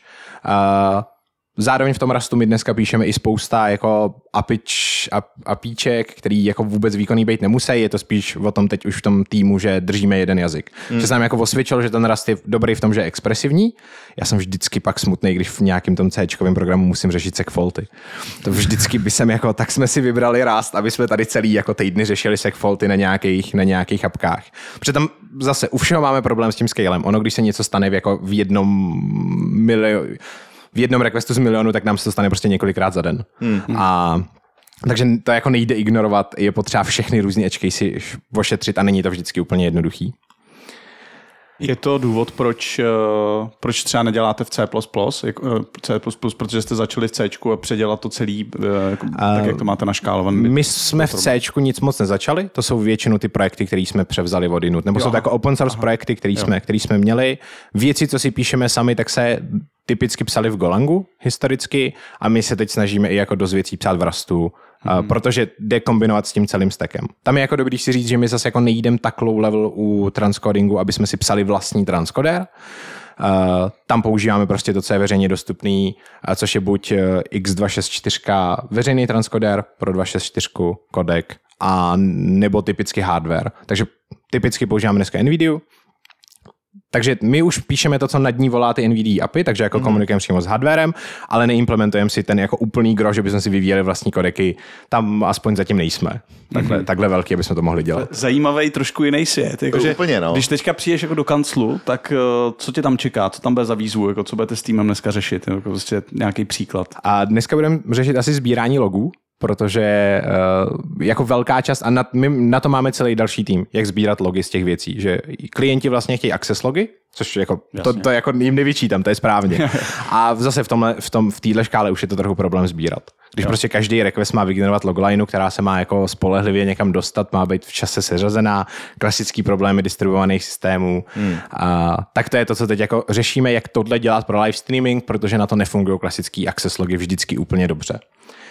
Uh, Zároveň v tom Rustu my dneska píšeme i spousta jako apič, ap, apíček, který jako vůbec výkonný být nemusí, je to spíš o tom teď už v tom týmu, že držíme jeden jazyk. Hmm. Že se nám jako osvědčilo, že ten Rust je dobrý v tom, že je expresivní. Já jsem vždycky pak smutný, když v nějakém tom Cčkovém programu musím řešit segfaulty. To vždycky by jsem jako, tak jsme si vybrali Rust, aby jsme tady celý jako týdny řešili segfaulty na nějakých, na nějakých apkách. Protože tam zase u všeho máme problém s tím scalem. Ono, když se něco stane v, jako v jednom milionu, v jednom requestu z milionu, tak nám se to stane prostě několikrát za den. Hmm. A takže to jako nejde ignorovat, je potřeba všechny různý edge casey ošetřit a není to vždycky úplně jednoduchý. Je to důvod, proč, uh, proč třeba neděláte v C plus plus, jak, uh, C plus plus, protože jste začali v C a předělat to celý, uh, jako, uh, tak jak to máte naškálované? My jsme v C nic moc nezačali, to jsou většinou ty projekty, které jsme převzali od jinut, nebo jo, jsou to jako open source aha, projekty, které jsme, který jsme měli. Věci, co si píšeme sami, tak se typicky psali v Golangu historicky a my se teď snažíme i jako dost věcí psát v Rustu, hmm. uh, protože jde kombinovat s tím celým stackem. Tam je jako dobrý si říct, že my zase jako nejdem tak low level u transcodingu, aby jsme si psali vlastní transcoder. Uh, tam používáme prostě to, co je veřejně dostupný, uh, což je buď uh, X dva šest čtyři veřejný transcoder pro dva šest čtyři kodek, a nebo typicky hardware. Takže typicky používáme dneska NVIDIA. Takže my už píšeme to, co nad ní volá ty NVIDIA A P I, takže jako mm-hmm. komunikujeme přímo s hardwarem, ale neimplementujeme si ten jako úplný gro, že bychom si vyvíjeli vlastní kodeky. Tam aspoň zatím nejsme. Takhle, mm-hmm. takhle velký, aby jsme to mohli dělat. Zajímavý trošku jiný svět. Jako, že, úplně, no. Když teďka přijdeš jako do kanclu, tak co tě tam čeká? Co tam bude za výzvu? Jako, co budete s týmem dneska řešit? Jako, prostě nějaký příklad. A dneska budeme řešit asi sbírání logů, protože uh, jako velká část, a na, my na to máme celý další tým, jak sbírat logy z těch věcí, že klienti vlastně chtějí access logy, což jako, to, to jako jim nevyčítám, to je správně. A zase v tomhle, v tom, v téhle škále už je to trochu problém sbírat. Když jo. prostě každý request má vygenerovat loglineu, která se má jako spolehlivě někam dostat, má být v čase seřazená, klasický problémy distribuovaných systémů, hmm. a, tak to je to, co teď jako řešíme, jak tohle dělat pro live streaming, protože na to nefungují klasický access logy vždycky úplně dobře.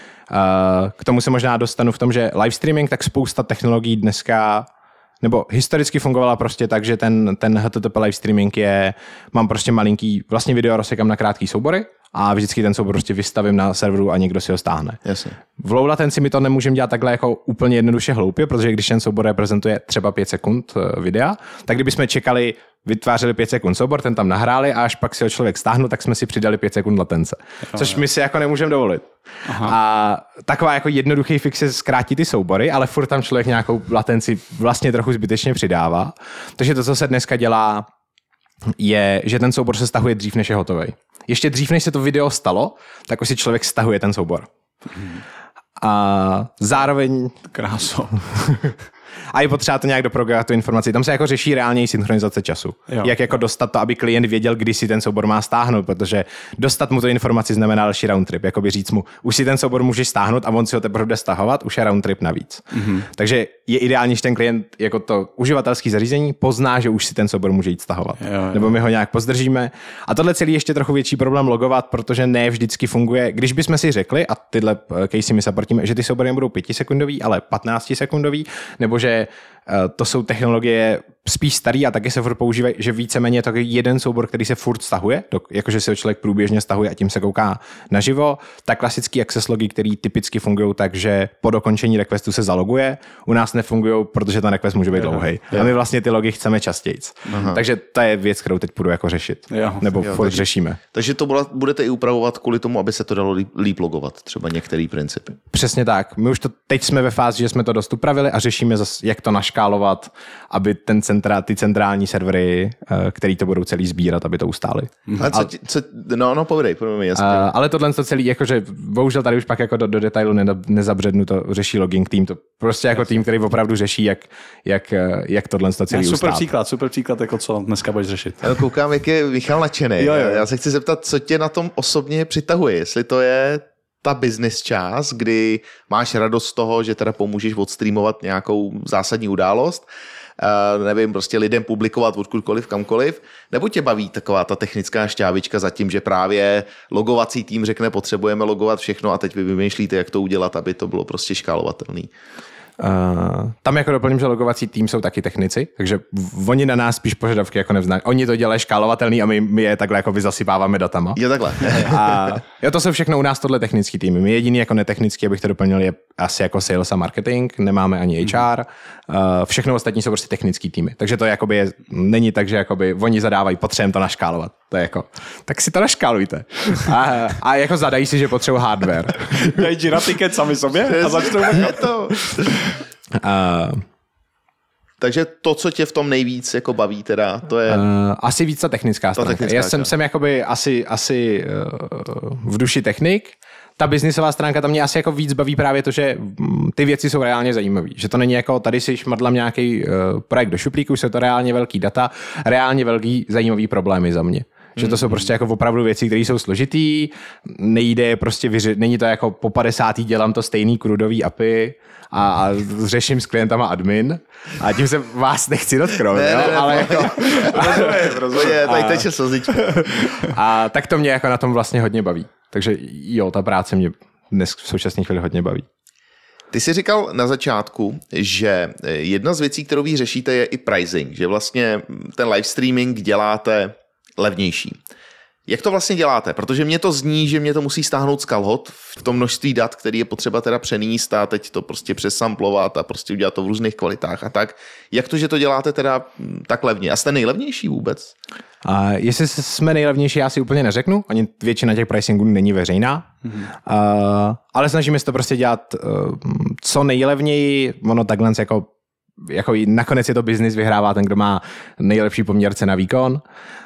K tomu se možná dostanu v tom, že live streaming, tak spousta technologií dneska, nebo historicky fungovala prostě tak, že ten, ten H T T P live streaming je, mám prostě malinký, vlastně video rozsekám na krátký soubory a vždycky ten soubor prostě vystavím na serveru a někdo si ho stáhne. Jasně. V low latency my to nemůžeme dělat takhle jako úplně jednoduše hloupě, protože když ten soubor reprezentuje třeba pět sekund videa, tak kdybychom čekali, vytvářeli pět sekund soubor, ten tam nahráli a až pak si ho člověk stáhnul, tak jsme si přidali pět sekund latence. Což my si jako nemůžeme dovolit. Aha. A taková jako jednoduchý fix je zkrátit ty soubory, ale furt tam člověk nějakou latenci vlastně trochu zbytečně přidává. Takže to, co se dneska dělá, je, že ten soubor se stahuje dřív, než je hotový. Ještě dřív, než se to video stalo, tak už si člověk stahuje ten soubor. Hmm. A zároveň... Kráso. A je potřeba to nějak doprogramovat tu informaci. Tam se jako řeší reálně synchronizace času. Jo. Jak jako dostat to, aby klient věděl, kdy si ten soubor má stáhnout, protože dostat mu tu informaci znamená další round trip. Jakoby říct mu, už si ten soubor můžeš stáhnout a on si ho teprve bude stahovat, už je round trip navíc. Mm-hmm. Takže je ideální, že ten klient jako to uživatelský zařízení pozná, že už si ten soubor může jít stahovat. Jo, jo. Nebo my ho nějak pozdržíme. A tohle celý ještě trochu větší problém logovat, protože ne vždycky funguje. Když bychom si řekli, a tyhle casey my supportíme, že ty soubory nebudou pětisekundový, ale patnáctisekundový, nebo že to jsou technologie spíš starý a taky se furt používají, že víceméně je to jeden soubor, který se furt stahuje, jakože si ho člověk průběžně stahuje a tím se kouká naživo, tak klasický access logy, který typicky fungují tak, že po dokončení requestu se zaloguje, u nás nefungují, protože ten request může být dlouhý. A my vlastně ty logy chceme častěji. Takže to je věc, kterou teď půjdu jako řešit. Jo. Nebo jo, furt takže, řešíme. Takže to byla, budete i upravovat kvůli tomu, aby se to dalo líp, líp logovat, třeba některé principy. Přesně tak. My už to teď jsme ve fázi, že jsme to dost upravili a řešíme, zas, jak to naškálovat, aby ten centra, ty centrální servery, který to budou celý sbírat, aby to ustály. A co, co, no, no, povědej, povědej, jasně. Uh, ale tohle to celý, jakože bohužel tady už pak jako do, do detailu ne, nezabřednu, to řeší logging tým, to prostě jako tým, který opravdu řeší, jak, jak, jak tohle to celý super ustát. Příklad, super příklad, jako co dneska budeš řešit. Já koukám, jak je Michal nadšený. Jo, jo. Já se chci zeptat, co tě na tom osobně přitahuje, jestli to je ta business část, kdy máš radost z toho, že teda pomůžeš odstreamovat nějakou zásadní událost, Uh, nevím, prostě lidem publikovat odkudkoliv, kamkoliv, nebo tě baví taková ta technická šťávička za tím, že právě logovací tým řekne, potřebujeme logovat všechno a teď vy vymýšlíte, jak to udělat, aby to bylo prostě škálovatelný. Uh, tam jako doplním, že logovací tým jsou taky technici, takže oni na nás spíš požadavky jako nevznají. Oni to dělají škálovatelný a my, my je takhle jako vyzasypáváme datama. Je takhle. A jo, to jsou všechno u nás tohle technický týmy. My jediný jako netechnický, abych to doplnil, je asi jako sales a marketing, nemáme ani H R, uh, všechno ostatní jsou prostě technický týmy. Takže to jakoby je, není tak, že jakoby oni zadávají, potřebujeme to naškálovat. To je jako, tak si to naškálujte. A, a jako zadají si, že potřebují hardware. Dají Jira ticket sami sobě a začnou to. Uh, Takže to, co tě v tom nejvíc jako baví, teda, to je... Uh, asi víc ta technická stránka. Já jsem, jsem jakoby asi, asi uh, v duši technik, ta biznisová stránka tam mě asi jako víc baví právě to, že ty věci jsou reálně zajímavé. Že to není jako tady si šmadlám nějaký uh, projekt do šuplíku, jsou to reálně velký data, reálně velký zajímavý problémy za mě. Že to jsou prostě jako opravdu věci, které jsou složitý, nejde prostě vyřešit, není to jako po padesátý dělám to stejný krudový A P I a, a řeším s klientama admin a tím se vás nechci dotknout, ne, jo, ne, ne, ale jako... rozumím, rozumím, tady teče slzička. A tak to mě jako na tom vlastně hodně baví. Takže jo, ta práce mě dnes v současné chvíli hodně baví. Ty jsi říkal na začátku, že jedna z věcí, kterou vy řešíte, je i pricing, že vlastně ten live streaming děláte levnější. Jak to vlastně děláte? Protože mě to zní, že mě to musí stáhnout z kalhot v tom množství dat, který je potřeba teda přenést a teď to prostě přesamplovat a prostě udělat to v různých kvalitách a tak. Jak to, že to děláte teda tak levně? A jste nejlevnější vůbec? A jestli jsme nejlevnější, já si úplně neřeknu. Ani většina těch pricingů není veřejná. Mm-hmm. Uh, ale snažíme se to prostě dělat uh, co nejlevněji. Ono takhle jako, jako nakonec je to biznis, vyhrává ten, kdo má nejlepší poměr cena výkon.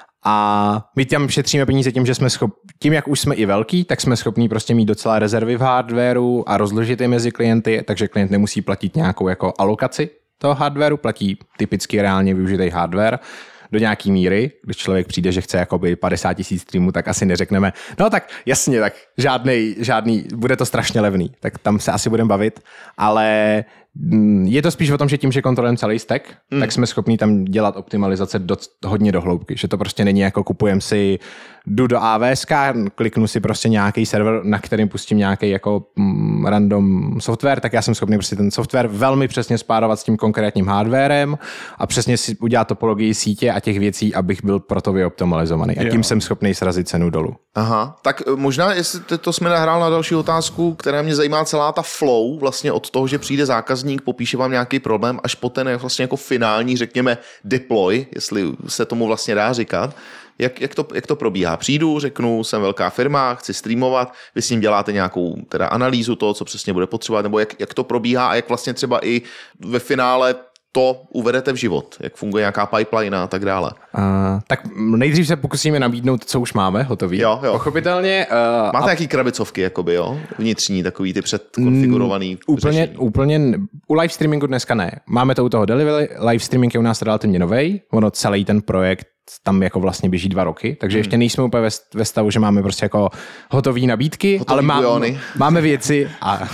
A my tam šetříme peníze tím, že jsme schop, tím, jak už jsme i velký, tak jsme schopní prostě mít docela rezervy v hardwareu a rozložit je mezi klienty, takže klient nemusí platit nějakou jako alokaci toho hardwareu, platí typicky reálně využitý hardware do nějaký míry. Když člověk přijde, že chce jakoby padesát tisíc streamů, tak asi neřekneme, no tak jasně, tak žádnej, žádný, bude to strašně levný, tak tam se asi budeme bavit, ale je to spíš o tom, že tím, že kontrolujeme celý stack, mm. tak jsme schopni tam dělat optimalizace do, hodně do hloubky, že to prostě není jako kupujem si, jdu do A W S, kliknu si prostě nějaký server, na kterým pustím nějaký jako mm, random software, tak já jsem schopný prostě ten software velmi přesně spárovat s tím konkrétním hardwarem a přesně si udělat topologii sítě a těch věcí, abych byl proto vyoptimalizovaný. A tím jo. jsem schopný srazit cenu dolů. Aha, tak možná, jestli to jsme nahrál na další otázku, která mě zajímá celá ta flow vlastně od toho, že přijde zákazník, popíše vám nějaký problém, až po ten vlastně jako finální, řekněme, deploy, jestli se tomu vlastně dá říkat. Jak, jak, to, jak to probíhá? Přijdu, řeknu, jsem velká firma, chci streamovat, vy s ním děláte nějakou teda analýzu toho, co přesně bude potřebovat, nebo jak, jak to probíhá a jak vlastně třeba i ve finále to uvedete v život, jak funguje nějaká pipeline a tak dále. Uh, tak nejdřív se pokusíme nabídnout, co už máme hotový. Jo, jo. Pochopitelně. Uh, Máte a... nějaký krabicovky, jakoby, jo? Vnitřní, takový ty předkonfigurovaný. Mm, úplně, úplně, u live streamingu dneska ne. Máme to u toho delivery, live streaming je u nás relativně novej, ono celý ten projekt tam jako vlastně běží dva roky, takže hmm. ještě nejsme úplně ve, ve stavu, že máme prostě jako hotový nabídky, hotový ale má, máme věci a,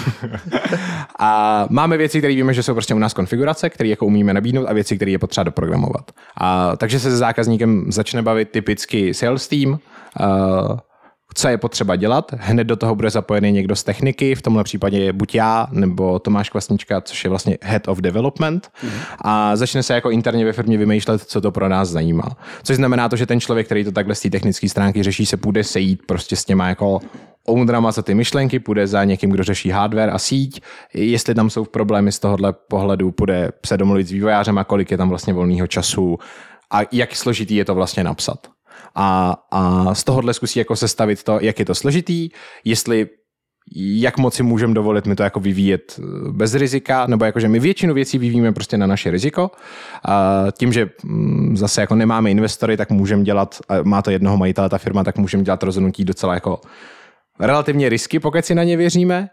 a máme věci, které víme, že jsou prostě u nás konfigurace, které jako umíme nabídnout a věci, které je potřeba doprogramovat. A, takže se se zákazníkem začne bavit typicky sales team, uh, co je potřeba dělat. Hned do toho bude zapojený někdo z techniky, v tomhle případě je buď já, nebo Tomáš Kvasnička, což je vlastně Head of Development. Mm. A začne se jako interně ve firmě vymýšlet, co to pro nás zajímá. Což znamená to, že ten člověk, který to takhle z té technické stránky řeší, se půjde sejít prostě s těma jako ownerama za ty myšlenky, půjde za někým, kdo řeší hardware a síť. Jestli tam jsou problémy z tohohle pohledu, půjde se domluvit s vývojářem a kolik je tam vlastně volného času a jak složitý je to vlastně napsat. A, a z tohohle zkusí jako sestavit to, jak je to složitý, jestli jak moc si můžeme dovolit mi to jako vyvíjet bez rizika, nebo jakože my většinu věcí vyvíjíme prostě na naše riziko. A tím, že zase jako nemáme investory, tak můžeme dělat, má to jednoho majitele ta firma, tak můžeme dělat rozhodnutí docela jako relativně risky, pokud si na ně věříme.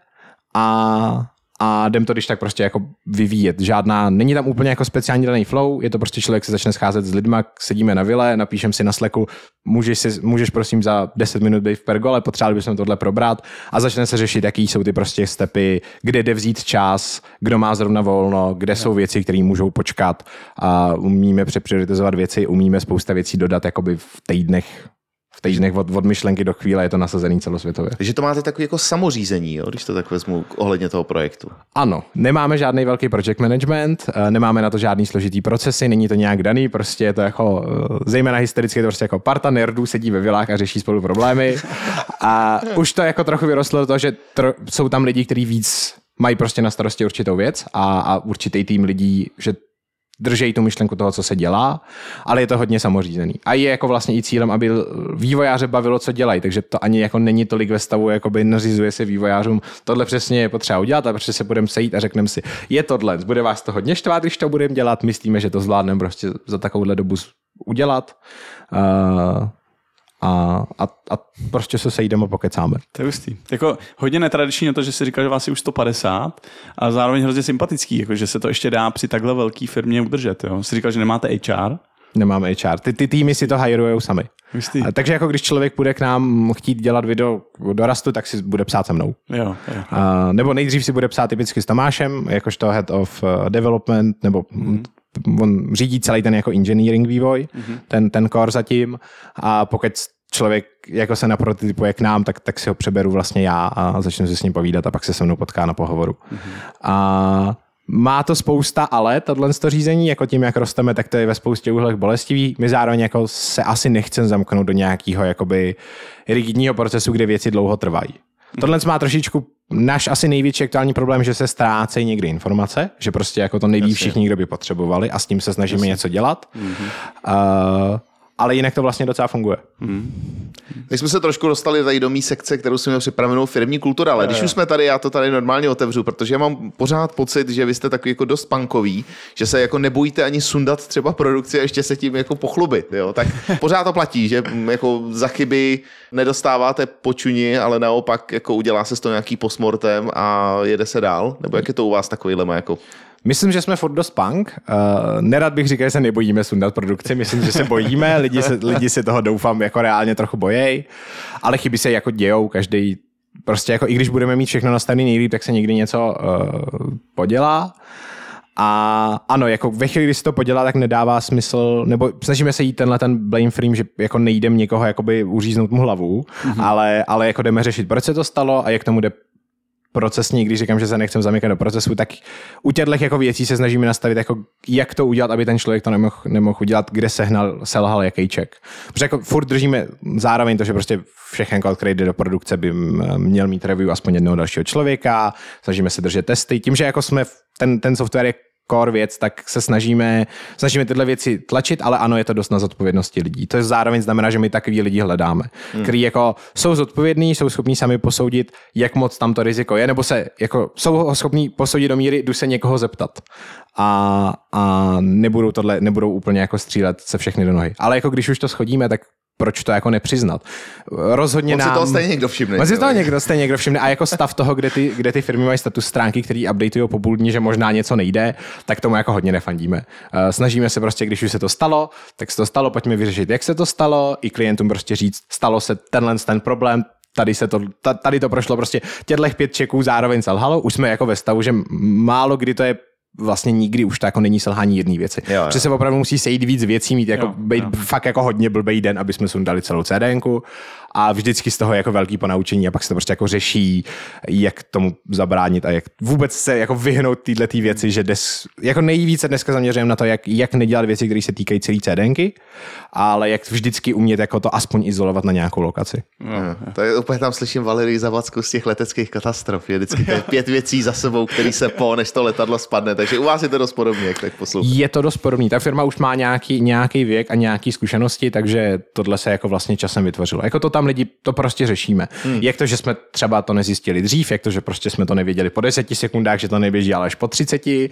A a jdem to když tak prostě jako vyvíjet. Žádná, není tam úplně jako speciální daný flow, je to prostě člověk se začne scházet s lidma, sedíme na vile, napíšem si na Slacku, můžeš, si, můžeš prosím za deset minut být v Pergole, potřebovali bychom tohle probrat a začne se řešit, jaký jsou ty prostě stepy, kde jde vzít čas, kdo má zrovna volno, kde no. jsou věci, které můžou počkat a umíme přeprioritizovat věci, umíme spousta věcí dodat jakoby v týdnech v týdnech od, od myšlenky do chvíle je to nasazený celosvětově. Takže to máte takový jako samořízení, jo, když to tak vezmu ohledně toho projektu. Ano, nemáme žádný velký project management, nemáme na to žádný složitý procesy, není to nějak daný, prostě je to jako, zejména historicky je to prostě jako parta nerdů sedí ve vilách a řeší spolu problémy a už to jako trochu vyrostlo do toho, že tro, jsou tam lidi, kteří víc mají prostě na starosti určitou věc a, a určitý tým lidí, že držejí tu myšlenku toho, co se dělá, ale je to hodně samořízený. A je jako vlastně i cílem, aby vývojáře bavilo, co dělají, takže to ani jako není tolik ve stavu, jakoby nařizuje se vývojářům, tohle přesně je potřeba udělat a prostě se budeme sejít a řekneme si, je tohle, bude vás to hodně štvát, když to budeme dělat, myslíme, že to zvládneme prostě za takovouhle dobu udělat. Uh, a, a, a prostě se sejdeme a pokecáme. To je hustý. Jako hodně netradiční na to, že si říkal, že vás je už sto padesát a zároveň hrozně sympatický, jako že se to ještě dá při takhle velké firmě udržet. Jo. Jsi říkal, že nemáte H R? Nemáme H R. Ty, ty týmy si to hirujou sami. A, takže jako když člověk bude k nám chtít dělat video do Rustu, tak si bude psát se mnou. Jo, jo. A, nebo nejdřív si bude psát typicky s Tomášem, jakožto head of development, nebo mm. on řídí celý ten jako engineering vývoj, mm-hmm. ten, ten core zatím. A pokud člověk jako se naprototypuje k nám, tak, tak si ho přeberu vlastně já a začnu si s ním povídat a pak se se mnou potká na pohovoru. Mm-hmm. A má to spousta ale, tohle řízení, jako tím, jak rosteme, tak to je ve spoustě úhlech bolestivý. My zároveň jako se asi nechceme zamknout do nějakého jakoby rigidního procesu, kde věci dlouho trvají. Mm. Tohle má trošičku náš asi největší aktuální problém, že se ztrácejí někdy informace, že prostě jako to neví všichni, kdo by potřebovali a s tím se snažíme Jasně. něco dělat. Mm-hmm. Uh, ale jinak to vlastně docela funguje. Hmm. My jsme se trošku dostali tady do mý sekce, kterou jsme měli připravenou firmní kultura, ale když už jsme tady, já to tady normálně otevřu, protože já mám pořád pocit, že vy jste takový jako dost punkový, že se jako nebojíte ani sundat třeba produkci a ještě se tím jako pochlubit, jo? Tak pořád to platí, že jako za chyby nedostáváte počuni, ale naopak jako udělá se z toho nějaký postmortem a jede se dál, nebo jak je to u vás takovýhle jako? Myslím, že jsme furt dost punk. Uh, nerad bych říkal, že se nebojíme sundat produkci. Myslím, že se bojíme. Lidi se, lidi se toho doufám jako reálně trochu bojejí. Ale chyby se jako dějou. Každý prostě jako i když budeme mít všechno nastavené nejlíp, tak se někdy něco uh, podělá. A ano, jako ve chvíli, kdy se to podělá, tak nedává smysl, nebo snažíme se jít tenhle ten blame frame, že jako nejdem někoho jakoby uříznout mu hlavu, mm-hmm. ale, ale jako jdeme řešit, proč se to stalo a jak tomu jde procesně, když říkám, že se nechcem zamykat do procesu, tak u těchto jako věcí se snažíme nastavit, jako jak to udělat, aby ten člověk to nemohl, nemohl udělat, kde sehnal, selhal jaký ček. Protože jako furt držíme zároveň to, že prostě všechen kód, který jde do produkce, by měl mít review aspoň jednoho dalšího člověka, snažíme se držet testy. Tím, že jako jsme ten, ten software je core věc, tak se snažíme, snažíme tyhle věci tlačit, ale ano, je to dost na zodpovědnosti lidí. To zároveň znamená, že my takový lidi hledáme, hmm. kteří jako jsou zodpovědní, jsou schopní sami posoudit, jak moc tam to riziko je, nebo se jako jsou schopní posoudit do míry, jdu se někoho zeptat. A, a nebudou tohle, nebudou úplně jako střílet se všechny do nohy. Ale jako když už to schodíme, tak proč to jako nepřiznat? Rozhodně on nám... si toho stejně někdo všimne. On si toho někdo stejně někdo všimne. A jako stav toho, kde ty, kde ty firmy mají status stránky, který updateují po půl dní, že možná něco nejde, tak tomu jako hodně nefandíme. Snažíme se prostě, když už se to stalo, tak se to stalo, pojďme vyřešit, jak se to stalo, i klientům prostě říct, stalo se tenhle ten problém, tady se to, tady to prošlo prostě těchto pět čeků zároveň selhalo. Už jsme jako ve stavu, že málo kdy to je vlastně nikdy už to jako není selhání jedné věci. Protože se opravdu musí sejít víc věcí, mít jako, jo, být jo. fakt jako hodně blbej den, aby jsme sundali celou CDNku a vždycky z toho jako velký ponaučení a pak se to prostě jako řeší, jak tomu zabránit a jak vůbec se jako vyhnout této věci, že des, jako nejvíce dneska zaměřujeme na to, jak, jak nedělat věci, které se týkají celé CDNky, ale jak vždycky umět jako to aspoň izolovat na nějakou lokaci. Jo, jo. To je úplně tam slyším Valerii Zavacku z těch leteckých katastrof. Je vždycky pět věcí za sebou, který se po, než to letadlo spadne. Takže u vás je to dost podobně, jak tak poslouchám. Je to dost podobný. Ta firma už má nějaký, nějaký věk a nějaký zkušenosti, takže tohle se jako vlastně časem vytvořilo. Jako to tam lidi to prostě řešíme. Hmm. Jak to, že jsme třeba to nezjistili dřív, jak to, že prostě jsme to nevěděli po deseti sekundách, že to neběží, ale až po třiceti.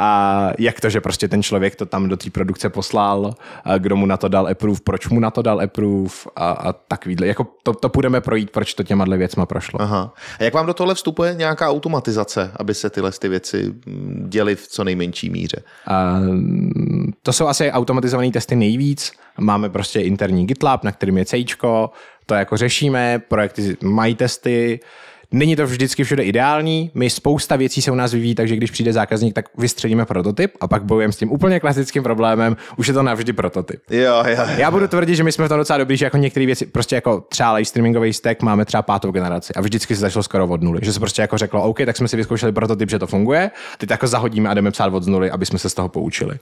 A jak to, že prostě ten člověk to tam do té produkce poslal, a kdo mu na to dal approve, proč mu na to dal approve a, a takovýhle. Jako to, to půjdeme projít, proč to těma věcma prošlo. Aha. A jak vám do tohle vstupuje nějaká automatizace, aby se tyhle ty věci děly v co nejmenší míře? A to jsou asi automatizované testy nejvíc. Máme prostě interní GitLab, na kterým je Cčko, to jako řešíme, projekty mají testy. Není to vždycky všude ideální, my spousta věcí se u nás vyvíjí, takže když přijde zákazník, tak vystřelíme prototyp a pak bojujeme s tím úplně klasickým problémem, už je to navždy prototyp. Jo, jo, jo. Já budu tvrdit, že my jsme v tom docela dobrý, že jako některé věci, prostě jako třeba live streamingový stack máme třeba pátou generaci a vždycky se začalo skoro od nuly, že se prostě jako řeklo, OK, tak jsme si vyzkoušeli prototyp, že to funguje, teď jako zahodíme a jdeme psát od nuly, aby jsme se z toho poučili.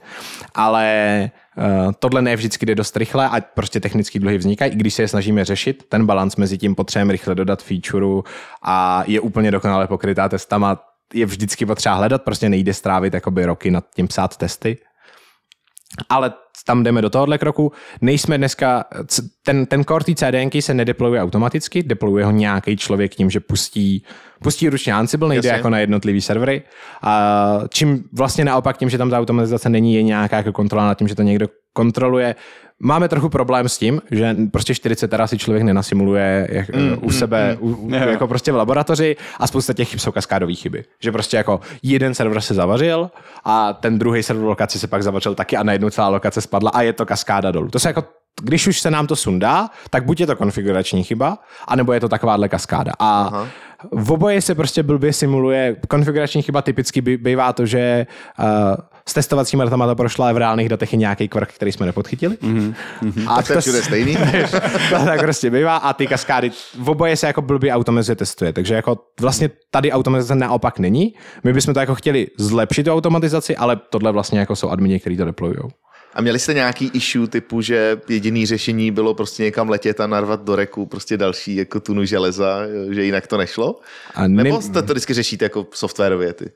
Ale Uh, tohle ne vždycky jde dost rychle a prostě technický dluhy vznikají, i když se je snažíme řešit. Ten balans mezi tím potřebujeme rychle dodat featureu a je úplně dokonale pokrytá testama, je vždycky potřeba hledat, prostě nejde strávit jakoby roky nad tím psát testy. Ale tam jdeme do tohohle kroku. Nejsme dneska, ten, ten core té CDNky se nedeployuje automaticky, deployuje ho nějaký člověk tím, že pustí, pustí ručně Ansible, nejde Jasně. jako na jednotlivý servery. A čím vlastně naopak tím, že tam ta automatizace není, je nějaká jako kontrola nad tím, že to někdo kontroluje. Máme trochu problém s tím, že prostě čtyřicet tera si člověk nenasimuluje jak, mm, u sebe, mm, u, yeah. jako prostě v laboratoři a spousta těch chyb jsou kaskádové chyby. Že prostě jako jeden server se zavařil a ten druhý server v lokaci se pak zavařil taky a najednou celá lokace spadla a je to kaskáda dolů. To se jako, když už se nám to sundá, tak buď je to konfigurační chyba, anebo je to takováhle kaskáda. A Aha. v oboje se prostě blbě simuluje. Konfigurační chyba typicky bývá to, že uh, s testovacíma datama to prošlo, ale v reálných datech je nějaký kvrk, který jsme nepodchytili. Mm-hmm. A tak to je všude stejný. To tak prostě bývá a ty kaskády v oboje se jako blbě automatizuje testuje. Takže jako vlastně tady automatizace naopak není. My bychom to jako chtěli zlepšit tu automatizaci, ale tohle vlastně jako jsou admini, kteří to deployujou. A měli jste nějaký issue typu, že jediný řešení bylo prostě někam letět a narvat do reku prostě další jako tunu železa, že jinak to nešlo? A ne... Nebo jste to vždycky řešíte jako softwarově ty?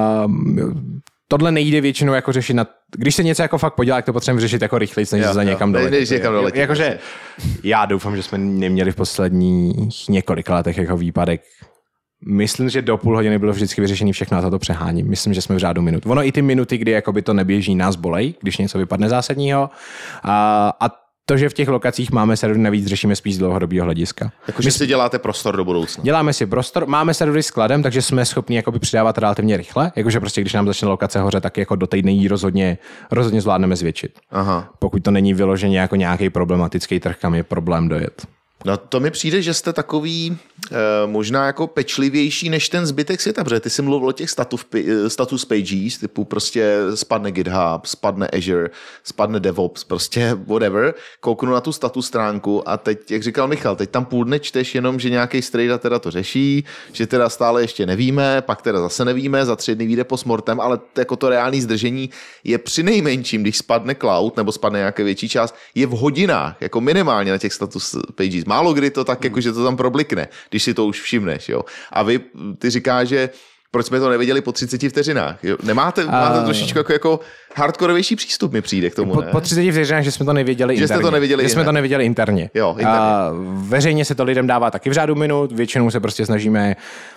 Um, tohle nejde většinou jako řešit na... Když se něco jako fakt podělá, tak to potřebujeme řešit jako rychleji, než za někam doletět. někam doletět. Jakože já doufám, že jsme neměli v posledních několika letech jako výpadek. Myslím, že do půl hodiny bylo vždycky vyřešený všechno a za to přeháním. Myslím, že jsme v řádu minut. Ono i ty minuty, kdy jakoby to neběží, nás bolej, když něco vypadne zásadního. A, a to, že v těch lokacích máme servery, navíc řešíme spíš z dlouhodobého hlediska. Jakože si děláte prostor do budoucna. Děláme si prostor, máme servery skladem, takže jsme schopni jakoby přidávat relativně rychle. Jakože prostě, když nám začne lokace hoře, tak jako do týdne ji rozhodně, rozhodně zvládneme zvětšit. Aha. Pokud to není vyloženě jako nějaký problematický trh, kam je problém dojet. No to mi přijde, že jste takový e, možná jako pečlivější než ten zbytek světa, protože ty jsi mluvil o těch status, status pages, typu prostě spadne GitHub, spadne Azure, spadne DevOps, prostě whatever. Kouknu na tu status stránku a teď, jak říkal Michal, teď tam půl dne čteš jenom, že nějaký strejda teda to řeší, že teda stále ještě nevíme, pak teda zase nevíme, za tři dny vyjde postmortem, ale jako to reální zdržení je přinejmenším, když spadne cloud nebo spadne nějaká větší část, je v hodinách, jako minimálně na těch status pages. Málo kdy to tak, jako, že to tam problikne, když si to už všimneš. Jo. A vy, ty říkáš, že proč jsme to nevěděli po třiceti vteřinách? Jo. Nemáte máte trošičku jako, jako hardkorevější přístup mi přijde k tomu, po, ne? Po třiceti vteřinách, že jsme to nevěděli že interně. Jste to nevěděli že jsme to nevěděli interně. Jo, interně. A veřejně se to lidem dává taky v řádu minut, většinou se prostě snažíme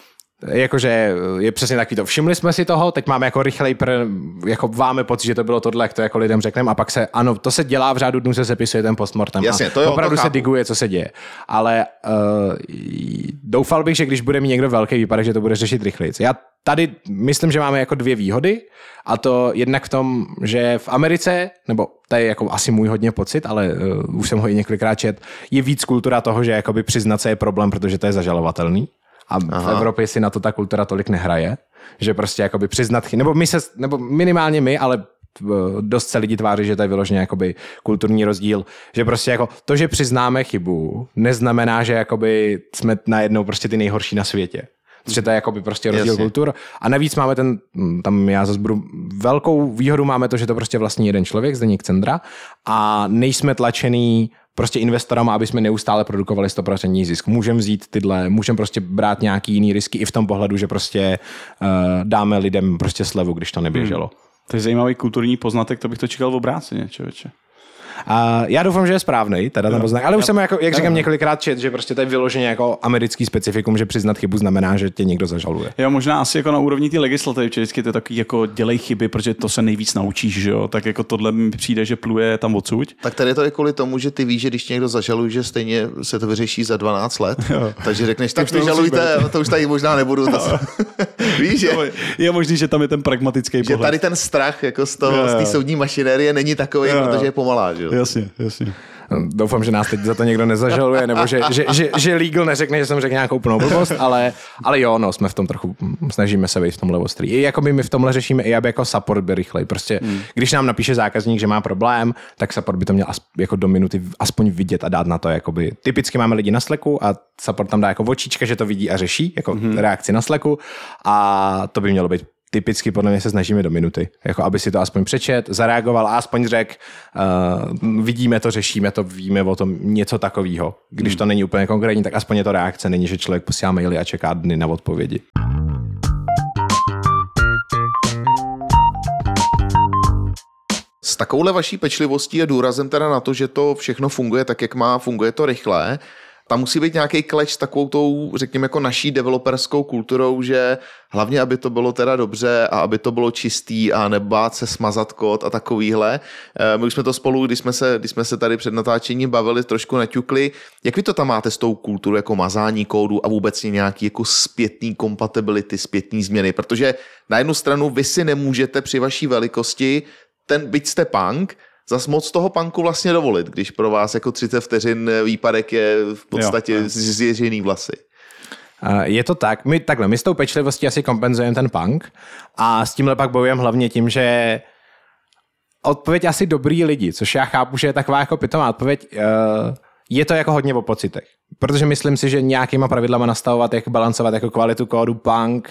jakože je přesně takový to. Všimli jsme si toho, teď máme jako rychlej, pr, jako máme pocit, že to bylo tohle, jak to jako lidem řekneme a pak se, ano, to se dělá v řádu dnů, se sepisuje ten postmortem. Jasně, to jo, opravdu to se diguje, co se děje. Ale uh, doufal bych, že když bude mít někdo velký výpadek, že to bude řešit rychleji. Já tady myslím, že máme jako dvě výhody a to jednak v tom, že v Americe, nebo to je jako asi můj hodně pocit, ale uh, už jsem ho i několikrát čet, je víc kultura toho, že jakoby přiznat se je problém, protože to je zažalovatelný. A v Aha. Evropě si na to ta kultura tolik nehraje, že prostě jakoby přiznat, nebo my se, nebo minimálně my, ale dost se lidi tváří, že to je vyloženě jakoby kulturní rozdíl, že prostě jako to, že přiznáme chybu, neznamená, že jakoby jsme najednou prostě ty nejhorší na světě. Protože to je jakoby prostě rozdíl Jasně. kultur. A navíc máme ten, tam já zase budu, velkou výhodu máme to, že to prostě vlastní jeden člověk, Zdeněk Cendra, a nejsme tlačený prostě investorama, aby jsme neustále produkovali sto procent zisk. Můžeme vzít tyhle, můžeme prostě brát nějaký jiný risky i v tom pohledu, že prostě uh, dáme lidem prostě slevu, když to neběželo. Hmm. To je zajímavý kulturní poznatek, to bych to čekal v obráceně, člověče. A já doufám, že je správný, teda ten poznatek, ale už jsem jako, jak říkám několikrát čet, že prostě to je vyloženě jako americký specifikum, že přiznat chybu znamená, že tě někdo zažaluje. Jo, možná asi jako na úrovni té legislativy, vždycky to je takový jako dělej chyby, protože to se nejvíc naučíš, že jo, tak jako tohle mi přijde, že pluje tam odsud. Tak tady to je kvůli tomu, že ty víš, že když někdo zažaluje, že stejně se to vyřeší za dvanáct let, jo. Takže řekneš, tak to žalujte, to už tady možná nebudu. To... víš, že? Je možný, že tam je ten pragmatický pohled. Že tady ten strach jako z toho, z té soudní mašinérie není takový, jo, jo. Protože je pomalá, že jo. Jasně, jasně. Doufám, že nás teď za to někdo nezažaluje, nebo že, že, že, že legal neřekne, že jsem řekl nějakou plnou blbost, ale, ale jo, no, jsme v tom trochu, snažíme se být v tomhle ostrý. I jako my, my v tomhle řešíme, i aby jako support byl rychlej. Prostě, hmm. když nám napíše zákazník, že má problém, tak support by to měl as, jako do minuty aspoň vidět a dát na to, jakoby. Typicky máme lidi na Slacku a support tam dá jako očička, že to vidí a řeší, jako hmm. reakci na Slacku a to by mělo být typicky podle mě se snažíme do minuty, jako aby si to aspoň přečet, zareagoval a aspoň řekl, uh, vidíme to, řešíme to, víme o tom něco takového. Když hmm. to není úplně konkrétní, tak aspoň je to reakce, není, že člověk posílá maily a čeká dny na odpovědi. s takovouhle vaší pečlivostí a důrazem teda na to, že to všechno funguje tak, jak má, funguje to rychle, tam musí být nějaký kleč s takovou tou, řekněme, jako naší developerskou kulturou, že hlavně, aby to bylo teda dobře a aby to bylo čistý a nebát se smazat kód a takovýhle. My už jsme to spolu, když jsme se, když jsme se tady před natáčením bavili, trošku naťukli. Jak vy to tam máte s tou kulturou jako mazání kódu a vůbec nějaký jako zpětný compatibility, zpětný změny? Protože na jednu stranu vy si nemůžete při vaší velikosti, ten, byť jste punk, zas moc toho punku vlastně dovolit, když pro vás jako třicet vteřin výpadek je v podstatě zježený vlasy. Je to tak. My takhle, my s tou pečlivostí asi kompenzujeme ten punk a s tímhle pak bojujeme hlavně tím, že odpověď asi dobrý lidi, což já chápu, že je taková jako pitomá odpověď, je to jako hodně o pocitech. Protože myslím si, že nějakýma pravidlama nastavovat, jak balancovat jako kvalitu kódu, punk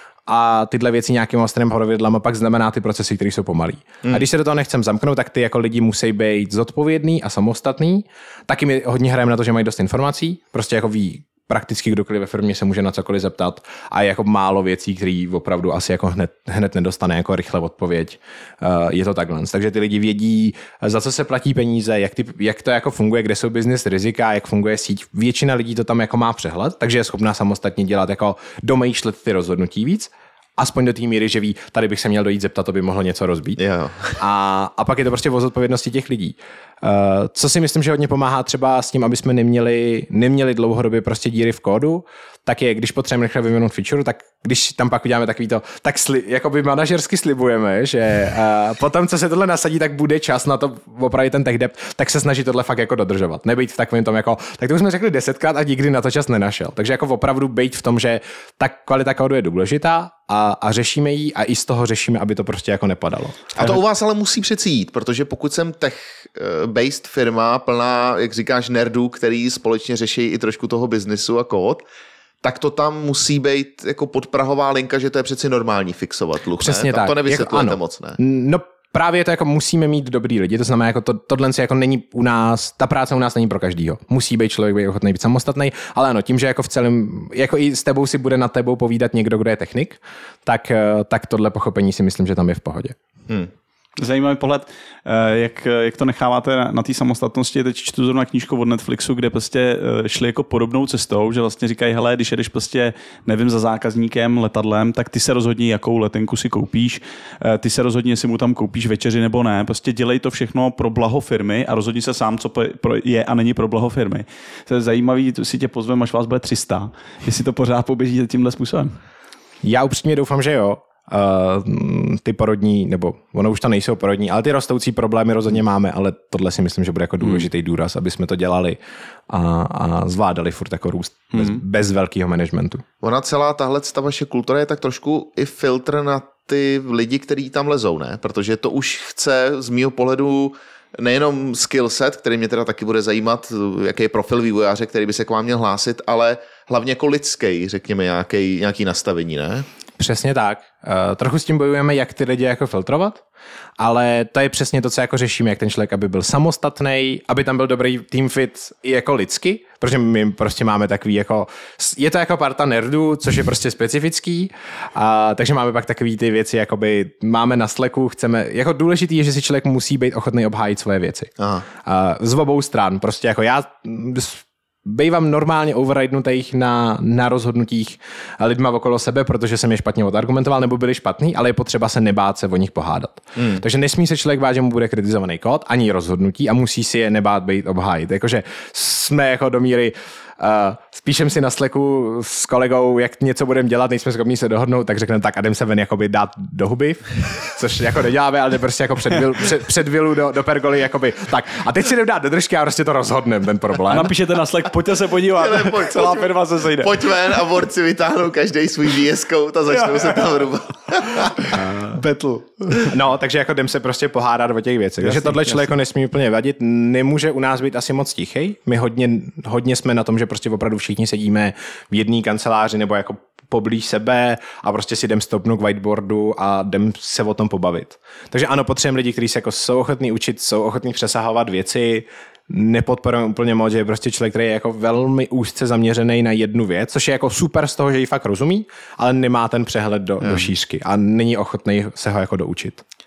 a tyhle věci nějakým ostrým pravidlama pak znamená ty procesy, které jsou pomalý. Hmm. A když se do toho nechcem zamknout, tak ty jako lidi musí být zodpovědný a samostatný. Taky my hodně hrajeme na to, že mají dost informací, prostě jako ví prakticky kdokoliv ve firmě se může na cokoliv zeptat a je jako málo věcí, které opravdu asi jako hned, hned nedostane jako rychle odpověď. Uh, je to takhle. Takže ty lidi vědí, za co se platí peníze, jak, ty, jak to jako funguje, kde jsou business rizika, jak funguje síť. Většina lidí to tam jako má přehled, takže je schopná samostatně dělat jako domýšlet ty rozhodnutí víc. Aspoň do té míry, že ví, tady bych se měl dojít zeptat, to by mohlo něco rozbít. Yeah. A, a pak je to prostě o zodpovědnosti těch lidí. Uh, co si myslím, že hodně pomáhá třeba s tím, aby jsme neměli, neměli dlouhodobě prostě díry v kódu, tak je, když potřebujeme rychle vyvinout feature, tak když tam pak uděláme takový to, tak sli, jakoby manažersky slibujeme, že uh, potom, co se tohle nasadí, tak bude čas na to opravit ten tech debt, tak se snaží tohle fakt jako dodržovat. Nebejt v takovém tom jako, tak to už jsme řekli desetkrát a nikdy na to čas nenašel. Takže jako opravdu bejt v tom, že ta kvalita kódu je důležitá a, a řešíme ji a i z toho řešíme, aby to prostě jako nepadalo. A to u vás ale musí přeci jít, protože pokud jsem tech-based firma plná, jak říkáš, nerdů, který společně řeší i trošku toho biznisu a kód, tak to tam musí být jako podprahová linka, že to je přeci normální fixovat dluh. Přesně ne? tak. To nevysvětlujete jako, moc, ne? No právě to jako musíme mít dobrý lidi, to znamená, jako to, tohle jako není u nás, ta práce u nás není pro každýho. Musí být člověk být ochotný být samostatný, ale ano, tím, že jako v celém, jako i s tebou si bude nad tebou povídat někdo, kdo je technik, tak, tak tohle pochopení si myslím, že tam je v pohodě. Hmm. Zajímavý pohled, jak, jak to necháváte na, na té samostatnosti. Teď čtu zrovna knížku od Netflixu, kde prostě šli jako podobnou cestou, že vlastně říkají, hele, když jedeš prostě, nevím, za zákazníkem, letadlem, tak ty se rozhodni, jakou letenku si koupíš, ty se rozhodni, jestli mu tam koupíš večeři nebo ne. Prostě dělej to všechno pro blaho firmy a rozhodni se sám, co je a není pro blaho firmy. To je zajímavý, si tě pozvem, až vás bude tři sta, jestli to pořád poběží tímhle způsobem. Já upřímně doufám, že jo. Uh, ty porodní, nebo ono už to nejsou porodní, ale ty rostoucí problémy rozhodně máme, ale tohle si myslím, že bude jako důležitý důraz, aby jsme to dělali a, a zvládali furt jako růst hmm. bez, bez velkého managementu. Ona celá tahle ta vaše kultura je tak trošku i filtr na ty lidi, kteří tam lezou, ne? Protože to už chce z mýho pohledu nejenom skill set, který mě teda taky bude zajímat, jaký je profil vývojáře, který by se k vám měl hlásit, ale hlavně jako lidský, řekněme, nějaký, nějaký nastavení, ne? Přesně tak. Uh, trochu s tím bojujeme, jak ty lidi jako filtrovat, ale to je přesně to, co jako řešíme, jak ten člověk, aby byl samostatný, aby tam byl dobrý team fit i jako lidsky, protože my prostě máme takový jako, je to jako parta nerdů, což je prostě specifický, a, takže máme pak takový ty věci, jakoby máme na Slacku, chceme, jako důležitý je, že si člověk musí být ochotný obhájit svoje věci. Aha. A, z obou stran, prostě jako já bývám normálně overridnutých na, na rozhodnutích lidma okolo sebe, protože jsem je špatně odargumentoval nebo byli špatný, ale je potřeba se nebát se o nich pohádat. Hmm. Takže nesmí se člověk bát, že mu bude kritizovaný kód, ani rozhodnutí a musí si je nebát být obhájit. Jakože jsme jako do míry Uh, spíšem si na Slacku s kolegou, jak něco budeme dělat, nejsme schopni se dohodnout, tak řekneme tak a jdem se ven jakoby dát do huby, což jako neděláme, ale jde prostě jako před, vil, před, před vilu do, do pergoly, jakoby tak a teď si jdem dát do držky a prostě to rozhodneme, ten problém. A napíšete na Slack, pojďte se podívat, Jele, pojď, celá pojď, firma se sejde. Pojď ven a borci vytáhnou každý svůj V S code a začnou jo, se tam rubat. Battle. No, takže jako jdem se prostě pohádat o těch věcech. Takže tohle člověko nesmí úplně vadit, nemůže u nás být asi moc tichej. My hodně, hodně jsme na tom, že prostě opravdu všichni sedíme v jedné kanceláři nebo jako poblíž sebe a prostě si jdem stopnout k whiteboardu a jdem se o tom pobavit. Takže ano, potřebujeme lidi, kteří se jako jsou ochotní učit, jsou ochotní přesahovat věci, nepodporujeme úplně moc, že je prostě člověk, který je jako velmi úzce zaměřený na jednu věc, což je jako super z toho, že ji fakt rozumí, ale nemá ten přehled do, do šířky a není ochotný se ho jako doučit.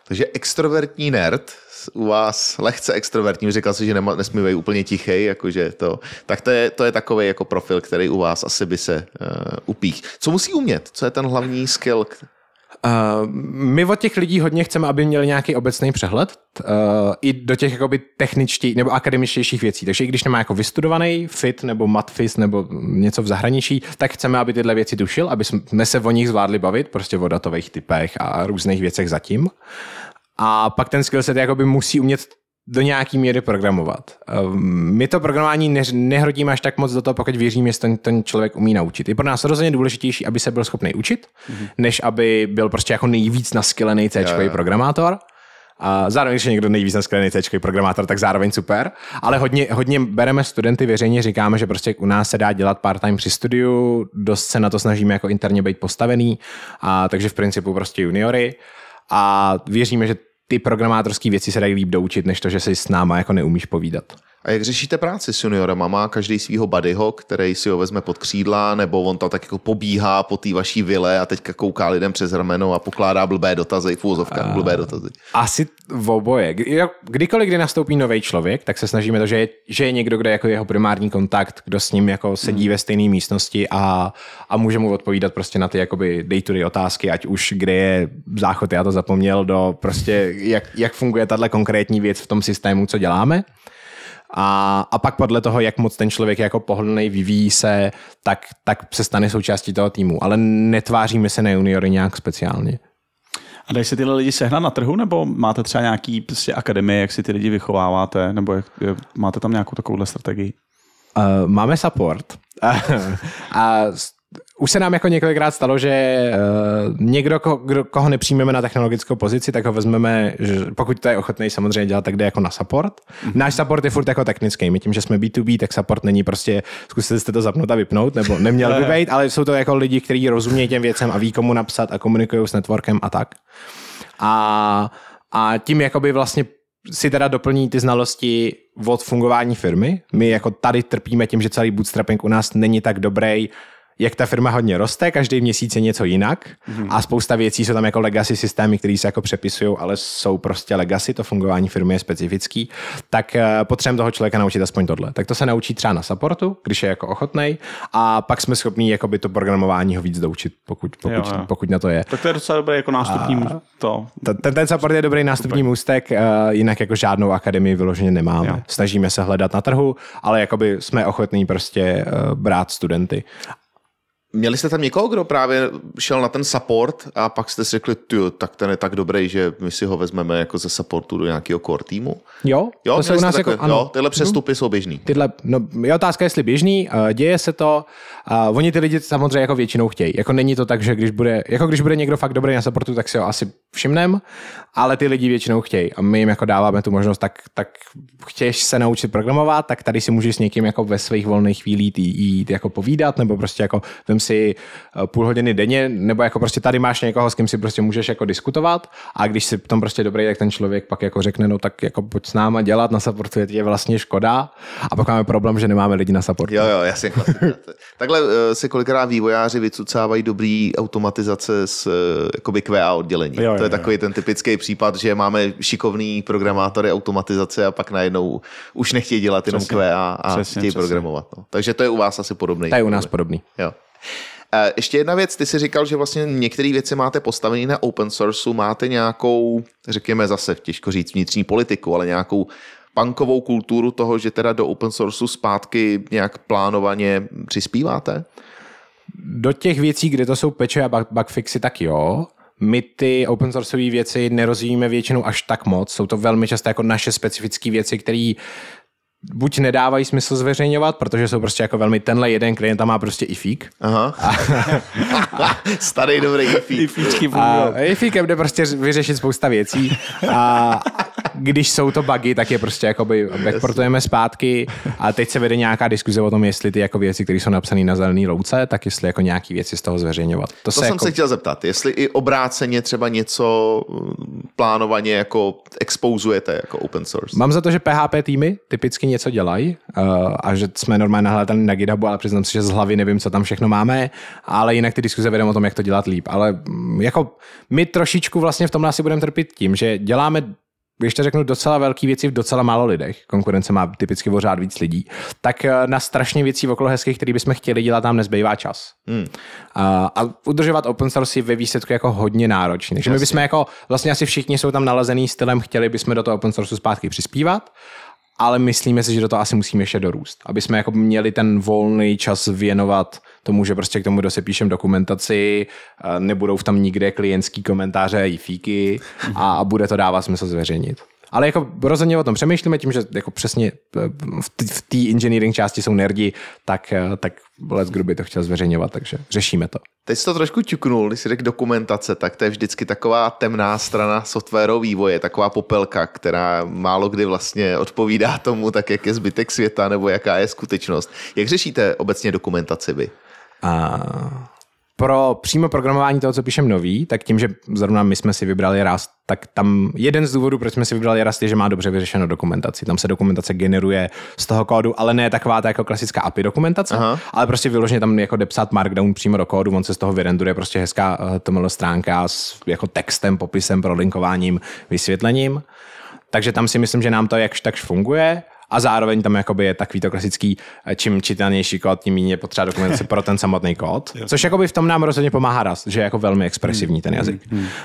Takže extrovertní nerd, u vás lehce extrovertní, říkal si, že nema, nesmí být úplně tichej, jakože to, tak to je, to je takový jako profil, který u vás asi by se uh, upích. Co musí umět? Co je ten hlavní skill? Uh, my od těch lidí hodně chceme, aby měli nějaký obecný přehled uh, i do těch jakoby techničtějších nebo akademičtějších věcí. Takže i když nemá jako vystudovaný fit nebo matfis nebo něco v zahraničí, tak chceme, aby tyhle věci tušil, aby jsme se o nich zvládli bavit, prostě o datových typech a různých věcech zatím. A pak ten skillset jakoby musí umět do nějaký míry programovat. My to programování nehrotíme až tak moc do toho, pokud věříme, že ten, ten člověk umí naučit. Je pro nás rozhodně důležitější, aby se byl schopný učit, mm-hmm. než aby byl prostě jako nejvíc naskylený C-čkový programátor. A zároveň, když je někdo nejvíc naskylený C-čkový programátor, tak zároveň super. Ale hodně, hodně bereme studenty veřejně, říkáme, že prostě u nás se dá dělat part-time při studiu, dost se na to snažíme jako interně být postavený, a takže v principu prostě juniory. A věříme, že ty programátorské věci se dají líp doučit, než to, že si s náma jako neumíš povídat. A jak řešíte práci s juniorama? Má každý svýho buddyho, který si ho vezme pod křídla, nebo on tam tak jako pobíhá po té vaší vile a teďka kouká lidem přes rameno a pokládá blbé dotazy, v úvozovkách blbé dotazy? Asi v oboje. Kdykoliv, kdy nastoupí nový člověk, tak se snažíme to, že je, že je někdo, kdo je jako jeho primární kontakt, kdo s ním jako sedí hmm. ve stejné místnosti a, a může mu odpovídat prostě na ty jakoby day-to-day otázky, ať už kde je záchod, já to zapomněl, do prostě jak, jak funguje tahle konkrétní věc v tom systému, co děláme. A, a pak podle toho, jak moc ten člověk je jako pohodlný, vyvíjí se, tak, tak se stane součástí toho týmu. Ale netváříme se na juniory nějak speciálně. A dají se tyhle lidi sehnat na trhu, nebo máte třeba nějaký prostě akademie, jak si ty lidi vychováváte, nebo jak, máte tam nějakou takovouhle strategii? Uh, máme support. a už se nám jako několikrát stalo, že uh, někdo, ko, kdo, koho nepřijmeme na technologickou pozici, tak ho vezmeme, že pokud to je ochotný samozřejmě dělat, tak jde jako na support. Mm-hmm. Náš support je furt jako technický. My tím, že jsme bé dvě bé, tak support není prostě, zkuste jste to zapnout a vypnout, nebo neměl by být, ale jsou to jako lidi, kteří rozumějí těm věcem a ví, komu napsat a komunikují s networkem a tak. A, a tím jakoby vlastně si teda doplní ty znalosti od fungování firmy. My jako tady trpíme tím, že celý bootstrapping u nás není tak dobrý, jak ta firma hodně roste, každý měsíc je něco jinak mm-hmm. a spousta věcí jsou tam jako legacy systémy, které se jako přepisují, ale jsou prostě legacy, to fungování firmy je specifický, tak potřebujeme toho člověka naučit aspoň tohle. Tak to se naučí třeba na supportu, když je jako ochotnej, a pak jsme schopní jakoby to programování ho víc doučit, pokud, pokud, jo, jo. pokud na to je. Tak to je docela dobrý jako nástupní a to. Ten, ten support je dobrý nástupní Super. můstek, jinak jako žádnou akademii vyloženě nemáme. Jo. Snažíme se hledat na trhu, ale jakoby jsme ochotní prostě brát studenty. Měli jste tam někoho, kdo právě šel na ten support a pak jste si řekli, tyjo, tak ten je tak dobrý, že my si ho vezmeme jako ze supportu do nějakého core týmu? Jo, jo to se u nás takové, jako, ano. Jo, tyhle přestupy hmm. jsou běžný. Tyhle, no, je otázka, jestli běžný, děje se to, a oni ty lidi samozřejmě jako většinou chtějí. Jako není to tak, že když bude, jako když bude někdo fakt dobrý na supportu, tak si ho asi všimnem, ale ty lidi většinou chtějí a my jim jako dáváme tu možnost, tak, tak chtěš se naučit programovat, tak tady si můžeš s někým jako ve svých volných chvílích jít, jít jako povídat, nebo prostě jako vem si půl hodiny denně, nebo jako prostě tady máš někoho, s kým si prostě můžeš jako diskutovat, a když si v tom prostě dobrý, tak ten člověk pak jako řekne, no tak jako pojď s náma dělat, na supportu je vlastně škoda, a pak máme problém, že nemáme lidi na supportu. Jo, jo, jasně. Takhle se kolikrát vývojáři vycucávají dobrý automatizace z jakoby Q A oddělení. Jo, jo, to je takový jo. ten typický případ, že máme šikovný programátory automatizace a pak najednou už nechtějí dělat jenom přesně, Q A a přesně, chtějí přesně. programovat. No. Takže to je u vás asi podobný. To je u nás podobný. Jo. Ještě jedna věc, ty jsi říkal, že vlastně některé věci máte postavené na open sourceu, máte nějakou, řekněme zase, těžko říct vnitřní politiku, ale nějakou punkovou kulturu toho, že teda do open sourceu zpátky nějak plánovaně přispíváte? Do těch věcí, kde to jsou patche a bugfixy, tak jo. My ty open sourceové věci nerozvíjíme většinou až tak moc. Jsou to velmi často jako naše specifické věci, které buď nedávají smysl zveřejňovat, protože jsou prostě jako velmi, tenhle jeden klient tam má prostě ifík. Aha. Starý dobrý ifík. Ifíčky a ifíkem jde prostě vyřešit spousta věcí. A když jsou to bugy, tak je prostě jakoby backportujeme zpátky a teď se vede nějaká diskuze o tom, jestli ty jako věci, které jsou napsané na zelený louce, tak jestli jako nějaký věci z toho zveřejňovat. To, to se jsem jako... se chtěl zeptat, jestli i obráceně třeba něco plánovaně jako expouzujete jako open source. Mám za to, že P H P týmy typicky něco dělají uh, a že jsme normálně nahledali na GitHubu, ale přiznám si, že z hlavy nevím, co tam všechno máme, ale jinak ty diskuze vedeme o tom, jak to dělat líp. Ale jako my trošičku vlastně v tomhle asi budeme trpět tím, že děláme, když to řeknu, docela velký věci v docela málo lidech, konkurence má typicky pořád víc lidí, tak na strašně věcí okolo hezkých, které bychom chtěli dělat, nám nezbývá čas. Hmm. A, a udržovat open source je ve výsledku jako hodně náročný. Takže my bychom jako, vlastně asi všichni jsou tam nalezený stylem, chtěli bychom do toho open source zpátky přispívat, ale myslíme si, že do toho asi musíme ještě dorůst. Aby jsme jako měli ten volný čas věnovat tomu, že prostě k tomu dosepíšem dokumentaci, nebudou v tam nikde klientský komentáře i fíky a bude to dávat smysl zveřejnit. Ale jako rozhodně o tom přemýšlíme tím, že jako přesně v té engineering části jsou nerdi, tak, tak let's kdo by to chtěl zveřejňovat, takže řešíme to. Teď jsi to trošku ťuknul, když jsi řekl dokumentace, tak to je vždycky taková temná strana softwarového vývoje, taková popelka, která málo kdy vlastně odpovídá tomu, tak jak je zbytek světa nebo jaká je skutečnost. Jak řešíte obecně dokumentaci vy? A... Pro přímo programování toho, co píšem nový, tak tím, že zrovna my jsme si vybrali Rust, tak tam jeden z důvodů, proč jsme si vybrali Rust, je, že má dobře vyřešenou dokumentaci. Tam se dokumentace generuje z toho kódu, ale ne taková ta jako klasická A P I dokumentace, Aha. ale prostě vyloženě tam jako jde psát markdown přímo do kódu, on se z toho vyrenduje prostě hezká H T M L stránka s jako textem, popisem, prolinkováním, vysvětlením. Takže tam si myslím, že nám to jakž takž funguje. A zároveň tam jakoby je takový to klasický, čím čitelnější kód, tím méně potřeba dokumentace pro ten samotný kód. Což jakoby v tom nám rozhodně pomáhá Rust, že je jako velmi expresivní ten jazyk.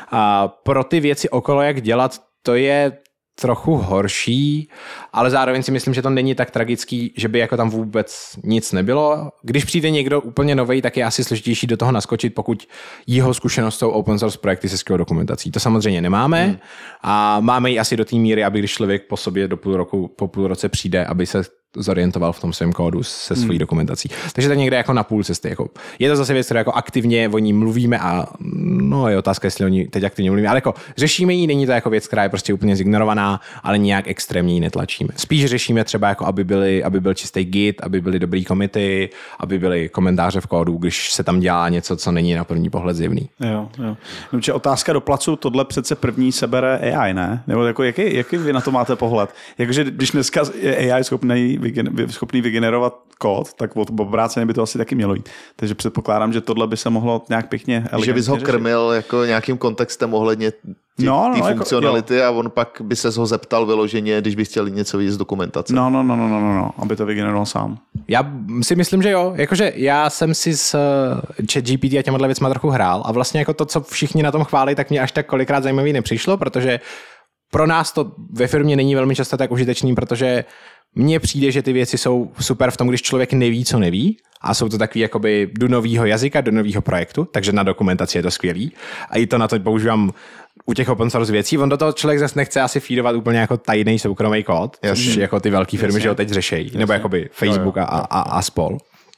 A pro ty věci okolo, jak dělat, to je trochu horší, ale zároveň si myslím, že to není tak tragický, že by jako tam vůbec nic nebylo. Když přijde někdo úplně novej, tak je asi složitější do toho naskočit, pokud jeho zkušenost jsou open source projekty se skvělou dokumentací. To samozřejmě nemáme hmm. a máme ji asi do té míry, aby když člověk po sobě do půl roku, po půl roce přijde, aby se zorientoval v tom svém kódu se svojí hmm. dokumentací. Takže tak někde jako na půl cesty. Jako. Je to zase věc, která jako aktivně o ní mluvíme a no je otázka, jestli o ní teď aktivně mluvíme, ale jako řešíme ji, není to jako věc, která je prostě úplně zignorovaná, ale nějak extrémně ji netlačíme. Spíš řešíme třeba jako, aby, byly, aby byl čistý git, aby byly dobrý komity, aby byly komentáře v kódu, když se tam dělá něco, co není na první pohled zjevný. Jo, jo. Protože otázka do placu, tohle přece první sebere A I, ne? Nebo jako jaký, jaký vy na to máte pohled? Jakože když dneska je A I schopný schopný vygenerovat kód, tak od obráceně by to asi taky mělo jít. Takže předpokládám, že tohle by se mohlo nějak pěkně elegantně že bys ho řešit. Krmil jako nějakým kontextem ohledně té no, no, funkcionality jako, a on pak by se ho zeptal vyloženě, když by chtěl něco vidět z dokumentace. No, no, no, no, no, no, aby to vygeneroval sám. Já si myslím, že jo. Jakože já jsem si s ChatGPT a těmhle věcma trochu hrál a vlastně jako to, co všichni na tom chválí, tak mě až tak kolikrát zajímavý nepřišlo, protože pro nás to ve firmě není velmi často tak užitečný, protože mně přijde, že ty věci jsou super v tom, když člověk neví, co neví a jsou to takový jakoby do nového jazyka, do nového projektu, takže na dokumentaci je to skvělý a i to na to používám u těch open source věcí. On do toho člověk zase nechce asi feedovat úplně jako tajný soukromý kód, Jasně. což jako ty velké firmy, Jasně. že ho teď řešejí, nebo jakoby Facebook jo, jo. A, a, a spol.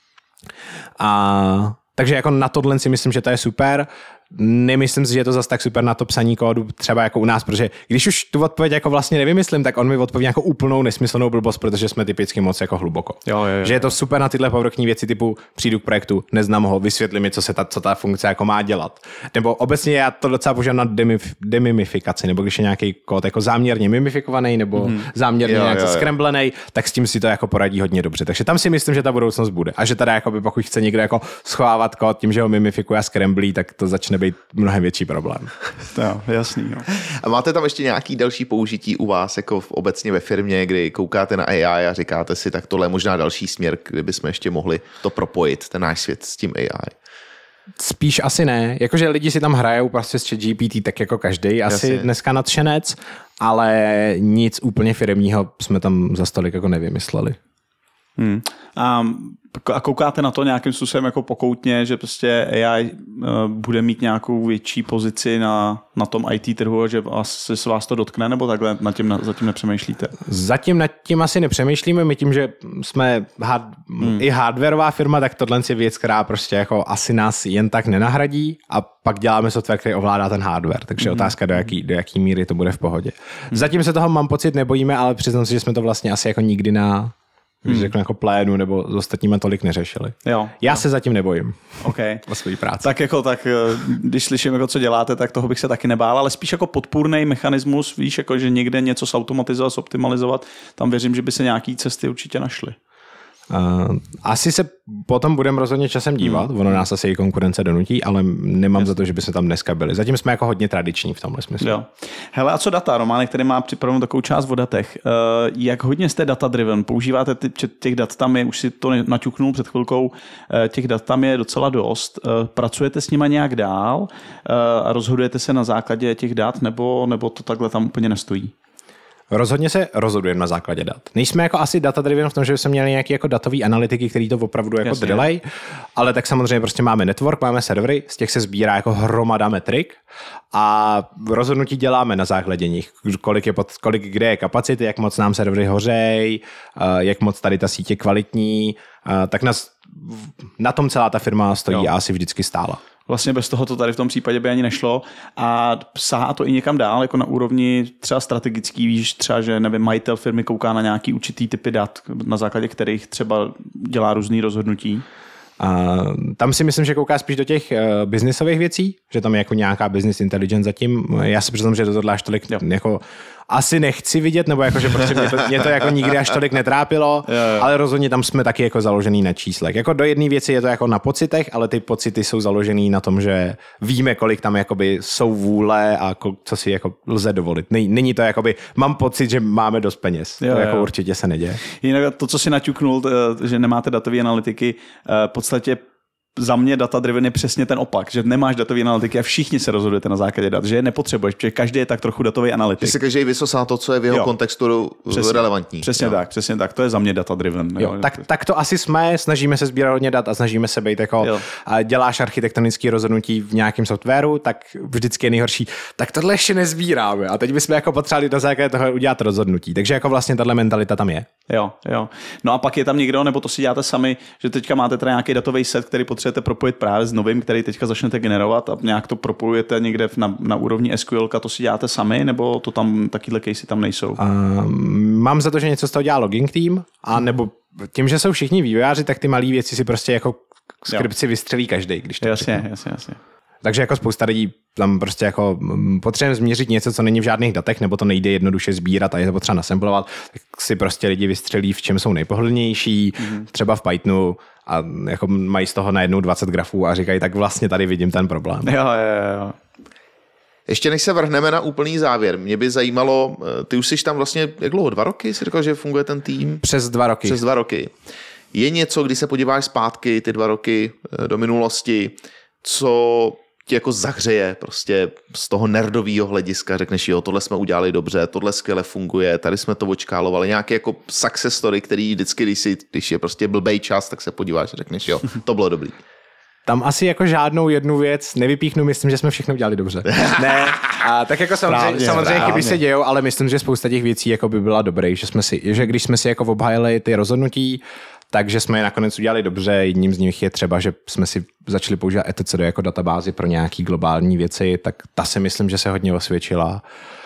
A takže jako na tohle si myslím, že to je super. Nemyslím si, že je to zase tak super na to psaní kódu, třeba jako u nás, protože když už tu odpověď jako vlastně nevymyslím, tak on mi odpoví jako úplnou nesmyslnou blbost, protože jsme typicky moc jako hluboko. Jo, jo, jo. Že je to super na tyhle povrchní věci typu přijdu k projektu, neznám ho, vysvětli mi, co se ta, co ta funkce jako má dělat. Nebo obecně já to docela používám na demif, demimifikaci, nebo když je nějaký kód jako záměrně mimifikovaný nebo mm-hmm. záměrně jo, nějak jo, jo. skremblený, tak s tím si to jako poradí hodně dobře. Takže tam si myslím, že ta budoucnost bude. A že teda jako by pokud chce někdo jako schovávat kód tím, že ho mimifikuje a skremblí, tak to začne být mnohem větší problém. Jo, jasný. Jo. A máte tam ještě nějaký další použití u vás, jako v, obecně ve firmě, kdy koukáte na A I a říkáte si, tak tohle je možná další směr, kdyby jsme ještě mohli to propojit, ten náš svět s tím A I? Spíš asi ne. Jakože lidi si tam hrajou prostě s ChatGPT tak jako každý, asi Jasně. dneska nadšenec, ale nic úplně firemního jsme tam za stolik jako nevymysleli. Hmm. A A koukáte na to nějakým způsobem jako pokoutně, že prostě A I uh, bude mít nějakou větší pozici na, na tom í té trhu, že asi se vás to dotkne, nebo takhle nad tím, zatím nepřemýšlíte? Zatím nad tím asi nepřemýšlíme, my tím, že jsme hard, hmm. i hardwareová firma, tak tohle je věc, která prostě jako asi nás jen tak nenahradí a pak děláme software, který ovládá ten hardware, takže hmm. otázka, do jaký, do jaký míry to bude v pohodě. Hmm. Zatím se toho, mám pocit, nebojíme, ale přiznám si, že jsme to vlastně asi jako nikdy na když řeknu jako plénu nebo s ostatníma tolik neřešili. Jo, Já jo. se zatím nebojím okay. o svojí práci. Tak jako tak, když slyším, jako co děláte, tak toho bych se taky nebál, ale spíš jako podpůrný mechanismus, víš, jako že někde něco zautomatizovat, zoptimalizovat, tam věřím, že by se nějaký cesty určitě našly. Uh, asi se potom budeme rozhodně časem dívat, hmm. ono nás asi i konkurence donutí, ale nemám Jasně. za to, že by se tam dneska byli. Zatím jsme jako hodně tradiční v tomhle smyslu. Jo. Hele, a co data? Románek, který má připravenou takovou část o datech. Uh, jak hodně jste data driven? Používáte ty, těch dat tam je, už si to naťuknul před chvilkou, uh, těch dat tam je docela dost. Uh, pracujete s nima nějak dál uh, a rozhodujete se na základě těch dat, nebo, nebo to takhle tam úplně nestojí? Rozhodně se rozhodujeme na základě dat. Nejsme jako asi data-driven v tom, že bychom měli nějaké jako datový analytiky, který to opravdu jako drillej, ale tak samozřejmě prostě máme network, máme servery, z těch se sbírá jako hromada metrik a rozhodnutí děláme na základě nich, kolik je pod, kolik kde je kapacity, jak moc nám servery hořej, jak moc tady ta sítě kvalitní, tak nás, na tom celá ta firma stojí jo. a asi vždycky stála. Vlastně bez toho to tady v tom případě by ani nešlo a sahá to i někam dál, jako na úrovni třeba strategický, víš třeba, že nevím, majitel firmy kouká na nějaký určitý typy dat, na základě kterých třeba dělá různý rozhodnutí. A tam si myslím, že kouká spíš do těch uh, biznisových věcí, že tam je jako nějaká business intelligence zatím. Já si přiznám, že do tohle až tolik jo. jako asi nechci vidět, nebo jako, že prostě mě to, mě to jako nikdy až tolik netrápilo, jo, jo. ale rozhodně tam jsme taky jako založený na číslech. Jako do jedné věci je to jako na pocitech, ale ty pocity jsou založený na tom, že víme, kolik tam jakoby jsou vůle a co si jako lze dovolit. Není to jakoby, mám pocit, že máme dost peněz. Jo, to jako jo. určitě se neděje. Jinak to, co si naťuknul, že nemáte datové analytiky, v podstatě za mě data-driven je přesně ten opak, že nemáš datové analytiky a všichni se rozhodujete na základě dat, že je nepotřebuješ, protože každý je tak trochu datový analytik. Že se každý vysosá to, co je v jeho jo. kontextu přesně, relevantní. Přesně jo. tak, přesně tak, to je za mě data-driven. Jo, tak, tak to asi jsme, snažíme se sbírat hodně dat a snažíme se být jako, jo. a děláš architektonické rozhodnutí v nějakém softwaru, tak vždycky je nejhorší, tak tohle ještě nezbíráme a teď bychom jako potřebovali do základě toho udělat rozhodnutí, takže jako vlastně tahle mentalita tam je. Jo, jo. No a pak je tam někdo, nebo to si děláte sami, že teďka máte teda nějaký datový set, který potřebujete propojit právě s novým, který teďka začnete generovat a nějak to propojujete někde na, na úrovni S Q L, to si děláte sami, nebo to tam takovýhle casey tam nejsou? Uh, mám za to, že něco z toho dělá logging team, a nebo tím, že jsou všichni vývojáři, tak ty malé věci si prostě jako skripci vystřelí každý, když to jasně, řeknu. jasně, jasně. Takže jako spousta lidí tam prostě jako potřebujeme změřit něco, co není v žádných datech, nebo to nejde jednoduše sbírat a je to potřeba nasemplovat, tak si prostě lidi vystřelí, v čem jsou nejpohodlnější, mm-hmm. třeba v Pythonu a jako mají z toho najednou dvacet grafů a říkají, tak vlastně tady vidím ten problém. Jo, jo, jo. Ještě než se vrhneme na úplný závěr, mě by zajímalo, ty už jsi tam vlastně, jak dlouho, dva roky jsi říkal, že funguje ten tým? Přes dva roky. Přes dva roky. Je něco, když se podíváš zpátky ty dva roky do minulosti, co ti jako zahřeje prostě z toho nerdového hlediska, řekneš, jo, tohle jsme udělali dobře, tohle skvěle funguje, tady jsme to očkálovali, nějaký jako success story, který vždycky, když, si, když je prostě blbej čas, tak se podíváš a řekneš, jo, to bylo dobrý. Tam asi jako žádnou jednu věc nevypíchnu, myslím, že jsme všechno udělali dobře. Ne, a tak jako samozřejmě, správně, samozřejmě chyby se dějou, ale myslím, že spousta těch věcí jako by byla dobrý, že jsme si, že když jsme si jako obhájili ty rozhodnutí, takže jsme je nakonec udělali dobře. Jedním z nich je třeba, že jsme si začali používat E T C D jako databázi pro nějaký globální věci, tak ta si myslím, že se hodně osvědčila.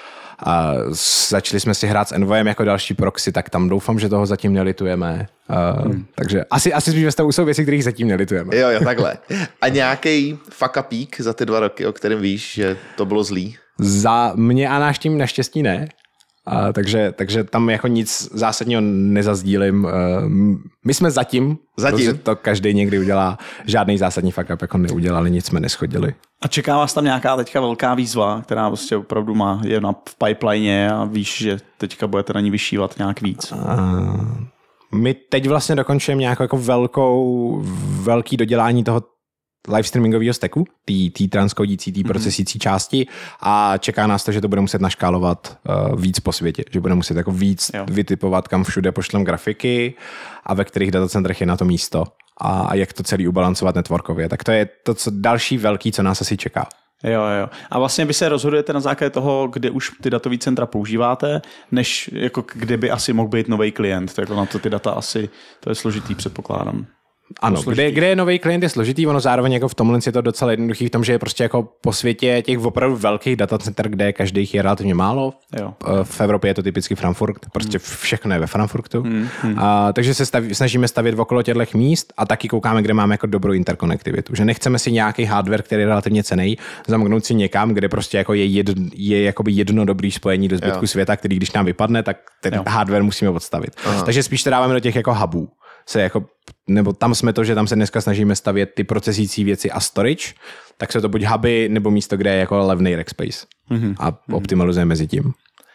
A začali jsme si hrát s Envoyem jako další proxy, tak tam doufám, že toho zatím nelitujeme. Uh, hmm. Takže asi, asi spíš ve stavu jsou věci, kterých zatím nelitujeme. Jo, jo, takhle. A nějaký fuck upík za ty dva roky, o kterém víš, že to bylo zlý? Za mě a náš tým naštěstí ne. A takže, takže tam jako nic zásadního nezazdílím. My jsme zatím, zatím. To každý někdy udělá, žádný zásadní fuck up jako neudělali, nic jsme neschodili. A čeká vás tam nějaká teďka velká výzva, která prostě opravdu má, je na v pipeline a víš, že teďka budete na ní vyšívat nějak víc? A my teď vlastně dokončujeme nějakou jako velkou, velký dodělání toho live streamingového stacku, té transkodící, té procesící části a čeká nás to, že to bude muset naškálovat uh, víc po světě, že bude muset jako víc jo. vytipovat, kam všude pošlem grafiky a ve kterých datacentrech je na to místo a, a jak to celý ubalancovat networkově. Tak to je to, co další velký, co nás asi čeká. Jo, jo. A vlastně vy se rozhodujete na základě toho, kde už ty datové centra používáte, než jako kde by asi mohl být nový klient. Tak jako na to ty data asi, to je složitý, předpokládám. Ano, kde, kde je nový klient je složitý, ono zároveň jako v tomhle je to docela jednoduchý v tom, že je prostě jako po světě těch opravdu velkých datacenter, kde každých je relativně málo. Jo. V Evropě je to typicky Frankfurt, prostě hmm. všechno je ve Frankfurtu. Hmm. Hmm. A, takže se staví, snažíme stavět okolo těchto míst a taky koukáme, kde máme jako dobrou interkonektivitu. Že nechceme si nějaký hardware, který je relativně cenný, zamknout si někam, kde prostě jako je, jed, je jakoby jedno dobrý spojení do zbytku jo. světa, který když nám vypadne, tak ten jo. hardware musíme odstavit. Aha. Takže spíš to dáváme do těch jako hubů. Se jako, nebo tam jsme to, že tam se dneska snažíme stavět ty procesící věci a storage, tak se to buď huby, nebo místo, kde je jako levný rackspace. Mm-hmm. A optimalizujeme mezi tím.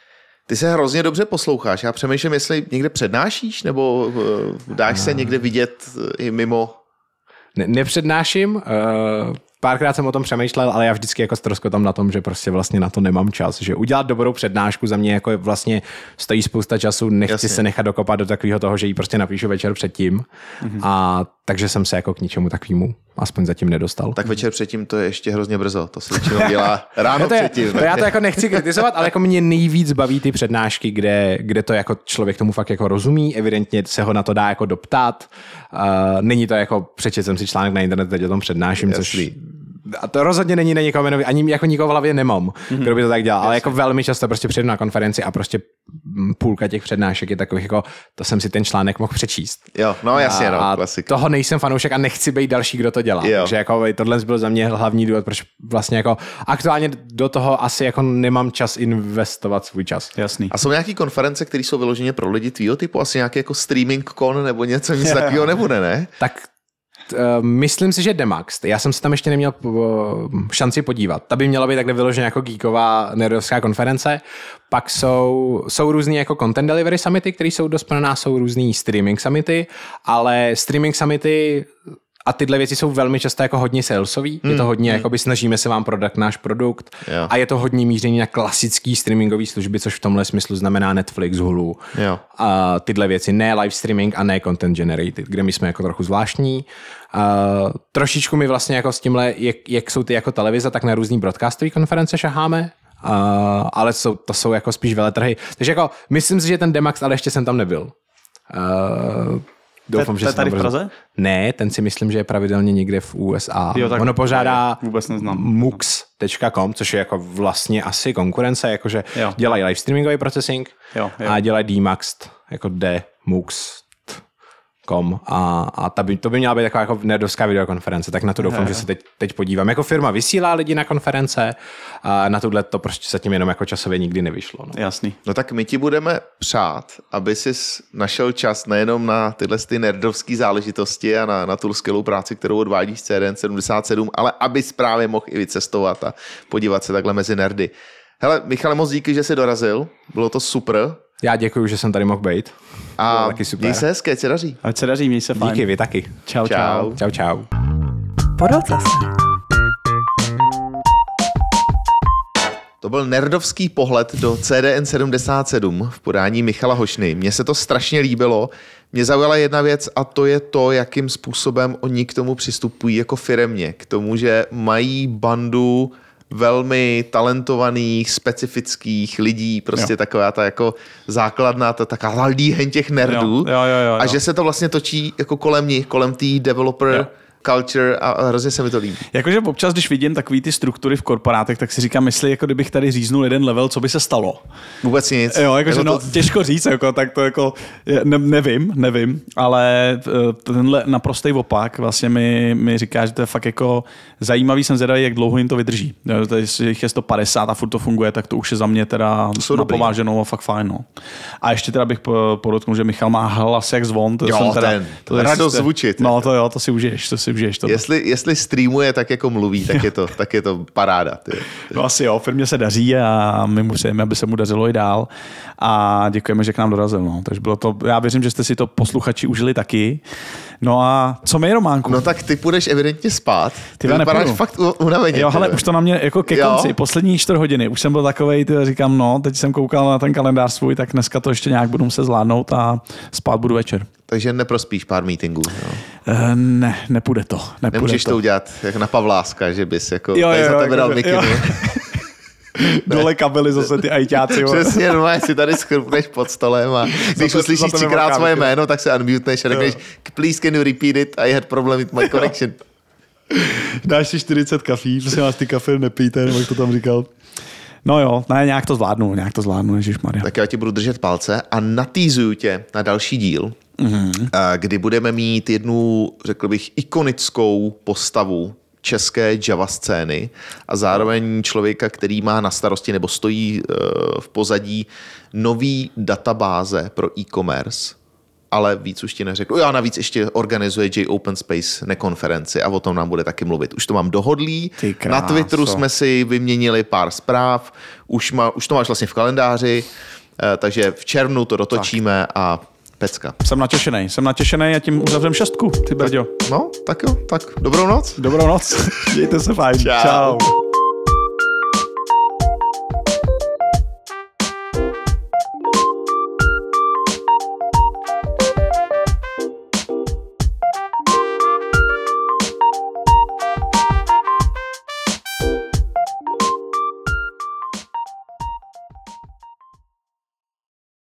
Ty se hrozně dobře posloucháš. Já přemýšlím, jestli někde přednášíš, nebo dáš se někde vidět i mimo? Ne, nepřednáším. Uh, párkrát jsem o tom přemýšlel, ale já vždycky jako ztroskotám na tom, že prostě vlastně na to nemám čas. Že udělat dobrou přednášku za mě jako vlastně stojí spousta času, nechci Jasně. se nechat dokopat do takového toho, že ji prostě napíšu večer předtím. Mm-hmm. A takže jsem se jako k ničemu takovému aspoň zatím nedostal. Tak večer předtím to je ještě hrozně brzo. To se většinou dělá ráno to je, předtím. To já to jako nechci kritizovat, ale jako mě nejvíc baví ty přednášky, kde, kde to jako člověk tomu fakt jako rozumí, evidentně se ho na to dá jako doptat. Uh, není to jako přečet jsem si článek na internetu, teď o tom přednáším, Jasný. což a to rozhodně není na nikoho jmenový, ani jako nikoho v hlavě nemám, mm-hmm. kdo by to tak dělal, ale jako velmi často prostě přijdu na konferenci a prostě půlka těch přednášek je takových jako, to jsem si ten článek mohl přečíst. Jo, no jasně, no, a klasik. toho nejsem fanoušek a nechci být další, kdo to dělá. Jo. Takže jako tohle byl za mě hlavní důvod, proč vlastně jako aktuálně do toho asi jako nemám čas investovat svůj čas. Jasný. A jsou nějaký konference, které jsou vyloženě pro lidi tvýho typu, asi nějaký jako streaming con nebo něco, nic takového nebude, ne? Tak Uh, myslím si, že Demax. Já jsem se tam ještě neměl uh, šanci podívat. Ta by měla být takhle vyloženě jako geeková nerdovská konference. Pak jsou, jsou různý jako content delivery summity, které jsou dost pro nás, jsou různý streaming summity, ale streaming summity a tyhle věci jsou velmi často jako hodně salesový. Hmm. Je to hodně, hmm. jakoby snažíme se vám prodat náš produkt jo. a je to hodně mířený na klasický streamingové služby, což v tomhle smyslu znamená Netflix, Hulu. Jo. A tyhle věci, ne live streaming a ne content generated, kde my jsme jako trochu zvláštní. A trošičku my vlastně jako s tímhle, jak, jak jsou ty jako televize, tak na různý broadcastové konference šaháme. Uh, ale jsou, to jsou jako spíš veletrhy. Takže jako myslím si, že ten Demax, ale ještě jsem tam nebyl. Uh, Doufám, že to je tady v Praze? Ne, ten si myslím, že je pravidelně někde v U S A. Jo, ono požádá vůbec neznám. mux tečka com, což je jako vlastně asi konkurence, jakože jo. dělají live streamingový processing jo, jo. a dělají Dmax, jako D-mux. Com a, a ta by, to by měla být taková jako nerdovská videokonference, tak na to doufám, He. že se teď, teď podívám. Jako firma vysílá lidi na konference a na tohle to prostě zatím jenom jako časově nikdy nevyšlo. No. Jasný. No tak my ti budeme přát, aby jsi našel čas nejenom na tyhle ty nerdovské záležitosti a na, na tu skvělou práci, kterou odvádíš z C D N sedmdesát sedm, ale aby právě mohl i vycestovat a podívat se takhle mezi nerdy. Hele, Michale, moc díky, že jsi dorazil. Bylo to super. Já děkuju, že jsem tady mohl být. A měj se hezké, ať se daří. Ať se daří, měj se fajn. Díky, vy taky. Čau, čau. Čau, čau. Podotaz. To byl nerdovský pohled do C D N sedmdesát sedm v podání Michala Hošny. Mně se to strašně líbilo. Mě zaujala jedna věc a to je to, jakým způsobem oni k tomu přistupují jako firemně. K tomu, že mají bandu velmi talentovaných, specifických lidí, prostě jo. taková ta jako základná, ta taková líheň těch nerdů. Jo, jo, jo, jo. A že se to vlastně točí jako kolem nich, kolem té developer jo. culture a hrozně se mi to líbí. Jakože občas, když vidím takový ty struktury v korporátech, tak si říkám, jestli jako kdybych tady říznul jeden level, co by se stalo. Vůbec nic. Jo, jakože jako no, to... těžko říct, jako, tak to jako, ne, nevím, nevím, ale tenhle naprostý opak vlastně mi, mi říká, že to je fakt jako zajímavý, jsem zvědavý, jak dlouho jim to vydrží. Jestli jich je sto padesát a furt to funguje, tak to už je za mě teda napováženou a fakt fajn. No. A ještě teda bych podotknul, že Michal má hlas jak zvon. To jo, jsem teda, ten, to radost zvučit. No to jo, to si užiješ, to si užiješ. To jestli, jestli streamuje tak, jako mluví, tak je to, tak je to paráda. Ty. No asi jo, firmě se daří a my mu přejeme, aby se mu dařilo i dál. A děkujeme, že k nám dorazil. No. Takže bylo to, já věřím, že jste si to posluchači užili taky. No a co mi, Románku? No tak ty půjdeš evidentně spát. Ty Ty vypadáš nepůjdu. fakt u- unaveně. Jo, hele, tebe. už to na mě jako ke Jo. konci, poslední čtvrt hodiny, už jsem byl takovej, ty říkám, no, teď jsem koukal na ten kalendář svůj, tak dneska to ještě nějak budu muset zvládnout a spát budu večer. Takže neprospíš pár meetingů. No. E, ne, nepůjde to. Nepůjde Nemůžeš to. to udělat jak na Pavláska, že bys jako Jo, tady jo, za jo, tebe dal jako- mikinu. jo. Dole kabely zase ty ajťáci. jo. Přesně, no, si tady schrupneš pod stolem a když to- uslyšíš za to třikrát nemám svoje kávu. jméno, tak se unmuteneš a řekneš, please can you repeat it, I had problem with my connection. Dáš si čtyřicet kafí, prosím vás, ty kafe nepijte, nebo jak to tam říkal. No jo, ne, nějak to zvládnu, nějak to zvládnu, ježišmarja. Tak já ti budu držet palce a natýzuju tě na další díl, mm-hmm. kdy budeme mít jednu, řekl bych, ikonickou postavu české Java scény a zároveň člověka, který má na starosti nebo stojí v pozadí nový databáze pro e-commerce, ale víc už ti neřekl. Já navíc ještě organizuje J Open Space nekonferenci a o tom nám bude taky mluvit. Už to mám dohodlý. Ty Na kráso. Twitteru jsme si vyměnili pár zpráv, už, má, už to máš vlastně v kalendáři, eh, takže v červnu to dotočíme a pecka. Jsem natěšený, jsem natěšený a tím uzavřem šestku, ty brďo. No, tak jo, tak dobrou noc. Dobrou noc, mějte se fajn. Čau. Čau.